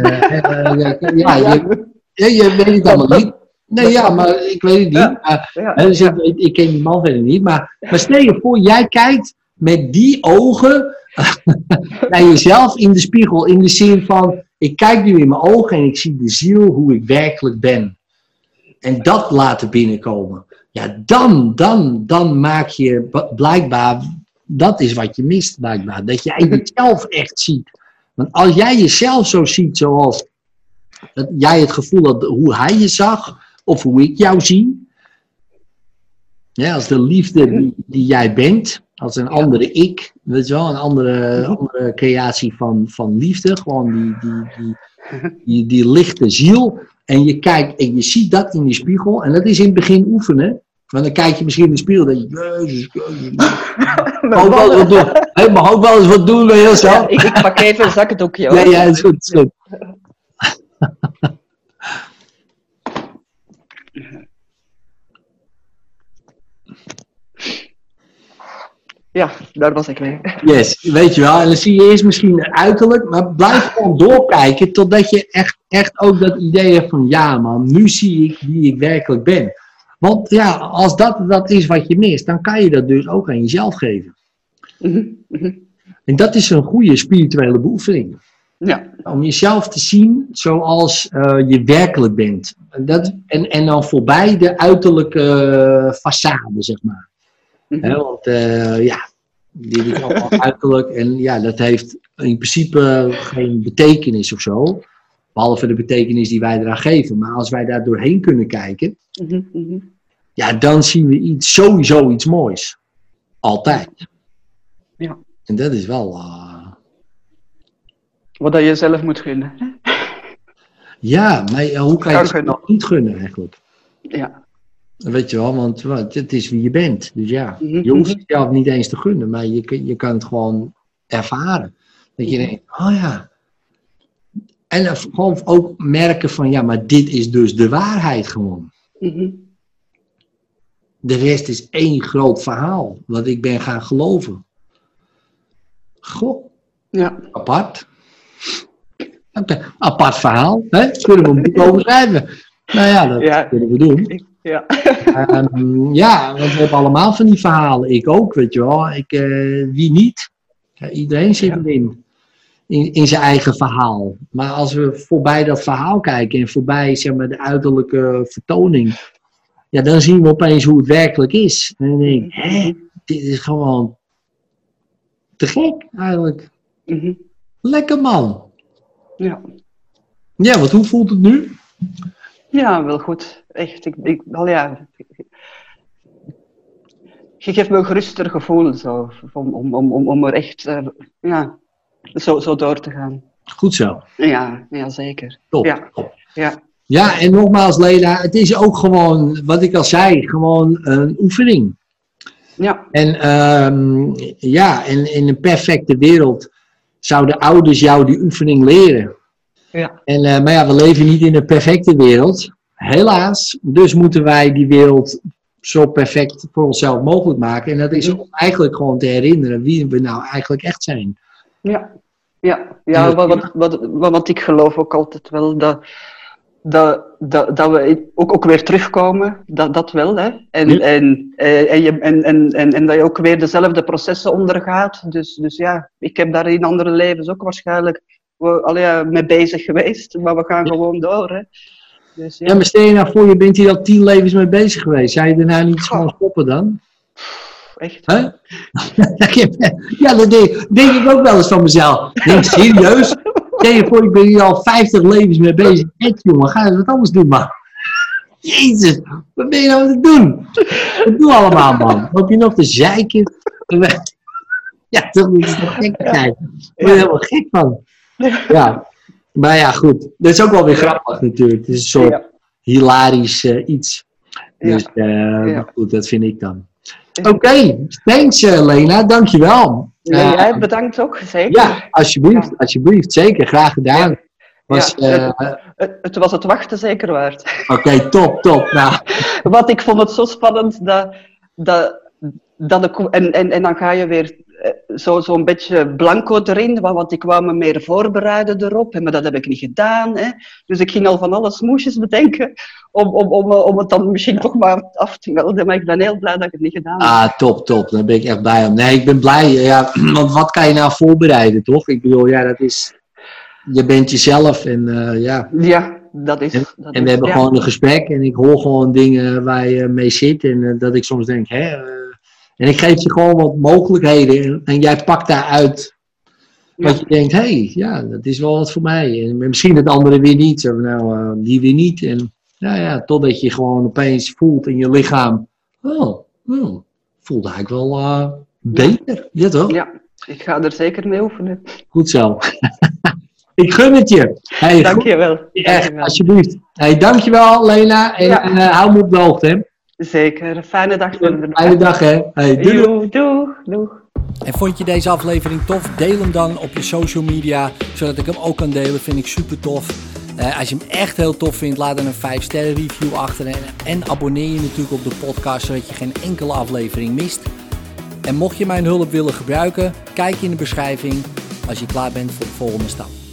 [SPEAKER 1] Je weet het allemaal niet. Nee, ja, maar ik weet het niet.
[SPEAKER 3] Ja.
[SPEAKER 1] Dus ik ken die man verder niet. Maar stel je voor, jij kijkt met die ogen naar jezelf in de spiegel. In de zin van, ik kijk nu in mijn ogen en ik zie de ziel, hoe ik werkelijk ben. En dat laten binnenkomen. Ja, dan maak je blijkbaar, dat is wat je mist blijkbaar. Dat jij jezelf echt ziet. Want als jij jezelf zo ziet zoals dat jij het gevoel had hoe hij je zag, of hoe ik jou zie. Ja, als de liefde die jij bent, als een andere ik, weet je wel, een andere creatie van liefde, gewoon die lichte ziel. En je kijkt en je ziet dat in die spiegel, en dat is in het begin oefenen. Want dan kijk je misschien in de spiegel en denk je, Jezus. Mag ook wel eens wat doen bij jezelf.
[SPEAKER 3] Ja, ik pak even een zakdoekje.
[SPEAKER 1] Ja, is goed.
[SPEAKER 3] Ja, daar was ik weer.
[SPEAKER 1] Yes, weet je wel. En dan zie je eerst misschien uiterlijk, maar blijf gewoon doorkijken totdat je echt ook dat idee hebt van, ja man, nu zie ik wie ik werkelijk ben. Want ja, als dat is wat je mist, dan kan je dat dus ook aan jezelf geven. En dat is een goede spirituele beoefening.
[SPEAKER 3] Ja. Om
[SPEAKER 1] jezelf te zien zoals je werkelijk bent. En dan voorbij de uiterlijke façade, zeg maar. Want die is allemaal uiterlijk. En ja, dat heeft in principe geen betekenis of zo. Behalve de betekenis die wij eraan geven. Maar als wij daar doorheen kunnen kijken, ja, dan zien we sowieso iets moois. Altijd.
[SPEAKER 3] Ja.
[SPEAKER 1] En dat is wel...
[SPEAKER 3] Wat dat je zelf moet gunnen.
[SPEAKER 1] Ja, maar hoe kan je het nog niet gunnen eigenlijk?
[SPEAKER 3] Ja.
[SPEAKER 1] Weet je wel, want het is wie je bent. Dus ja, je hoeft het zelf niet eens te gunnen, maar je kan het gewoon ervaren. Dat je denkt, oh ja. En gewoon ook merken van, ja, maar dit is dus de waarheid gewoon. De rest is één groot verhaal, wat ik ben gaan geloven. Goh,
[SPEAKER 3] ja.
[SPEAKER 1] Apart. Apart verhaal, hè? Kunnen we een boek over schrijven. Nou ja, dat kunnen we doen.
[SPEAKER 3] Ja.
[SPEAKER 1] Ja, want we hebben allemaal van die verhalen. Ik ook, weet je wel. Wie niet? Ja, iedereen zit erin. In zijn eigen verhaal. Maar als we voorbij dat verhaal kijken en voorbij, zeg maar, de uiterlijke vertoning, ja, dan zien we opeens hoe het werkelijk is. En dan denk ik, dit is gewoon te gek eigenlijk. Lekker man.
[SPEAKER 3] Ja.
[SPEAKER 1] Ja, want hoe voelt het nu?
[SPEAKER 3] Ja, wel goed. Echt, je geeft me een geruster gevoel zo, om er echt zo door te gaan.
[SPEAKER 1] Goed zo.
[SPEAKER 3] Ja, zeker.
[SPEAKER 1] Top.
[SPEAKER 3] Ja.
[SPEAKER 1] Ja, en nogmaals Lena, het is ook gewoon, wat ik al zei, gewoon een oefening.
[SPEAKER 3] Ja.
[SPEAKER 1] En en in een perfecte wereld zouden ouders jou die oefening leren.
[SPEAKER 3] Ja.
[SPEAKER 1] En, maar ja, we leven niet in een perfecte wereld. Helaas. Dus moeten wij die wereld zo perfect voor onszelf mogelijk maken. En dat is om eigenlijk gewoon te herinneren wie we nou eigenlijk echt zijn. Ja, wat ik geloof ook altijd wel, dat we ook weer terugkomen, dat wel, hè. En dat je ook weer dezelfde processen ondergaat. Dus ja, ik heb daar in andere levens ook waarschijnlijk mee bezig geweest, maar we gaan gewoon door, hè. Dus, ja, maar stel je nou voor, je bent hier al 10 levens mee bezig geweest. Zou je daarna niet gewoon stoppen dan?
[SPEAKER 3] Echt?
[SPEAKER 1] Huh? Ja, dat denk ik ook wel eens van mezelf. Denk serieus? Stel je voor, ik ben hier al 50 levens mee bezig. Echt jongen, ga eens wat anders doen, man. Jezus, wat ben je nou aan het doen? Wat doe je allemaal, man? Loop je nog te zeiken? Ja, dat is toch gek te kijken. Daar ben je helemaal gek van. Ja. Maar ja, goed. Dat is ook wel weer grappig natuurlijk. Het is een soort hilarisch iets. Dus goed, dat vind ik dan. Oké, thanks Lena, dankjewel.
[SPEAKER 3] Jij bedankt ook, zeker.
[SPEAKER 1] Ja, alsjeblieft, zeker, graag gedaan.
[SPEAKER 3] Het was het wachten zeker waard.
[SPEAKER 1] Oké, top. Nou.
[SPEAKER 3] Want ik vond het zo spannend dat ik, en dan ga je weer zo'n beetje blanco erin, want ik wou me meer voorbereiden erop, maar dat heb ik niet gedaan. Hè. Dus ik ging al van alle smoesjes bedenken om het dan misschien toch maar af te melden. Maar ik ben heel blij dat ik het niet gedaan heb.
[SPEAKER 1] Ah, top. Daar ben ik echt blij om. Nee, ik ben blij. Ja, want wat kan je nou voorbereiden, toch? Ik bedoel, ja, dat is... Je bent jezelf en ja...
[SPEAKER 3] Ja, dat is...
[SPEAKER 1] En we hebben gewoon een gesprek en ik hoor gewoon dingen waar je mee zit. En dat ik soms denk, en ik geef je gewoon wat mogelijkheden. En jij pakt daaruit wat je denkt, ja, dat is wel wat voor mij. En misschien het andere weer niet. Zo, nou, die weer niet. En totdat je gewoon opeens voelt in je lichaam. Voelt eigenlijk wel beter. Ja, toch?
[SPEAKER 3] Ja, ik ga er zeker mee oefenen.
[SPEAKER 1] Goed zo. Ik gun het je. Hey,
[SPEAKER 3] dankjewel.
[SPEAKER 1] Echt, alsjeblieft. Hey, dankjewel, Lena. En hou me op de hoogte, hè.
[SPEAKER 3] Zeker. Fijne dag.
[SPEAKER 1] Fijne dag, hè. Hey,
[SPEAKER 3] doeg.
[SPEAKER 1] En vond je deze aflevering tof? Deel hem dan op je social media, zodat ik hem ook kan delen. Vind ik super tof. Als je hem echt heel tof vindt, laat dan een 5-sterren review achter. En abonneer je natuurlijk op de podcast, zodat je geen enkele aflevering mist. En mocht je mijn hulp willen gebruiken, kijk in de beschrijving als je klaar bent voor de volgende stap.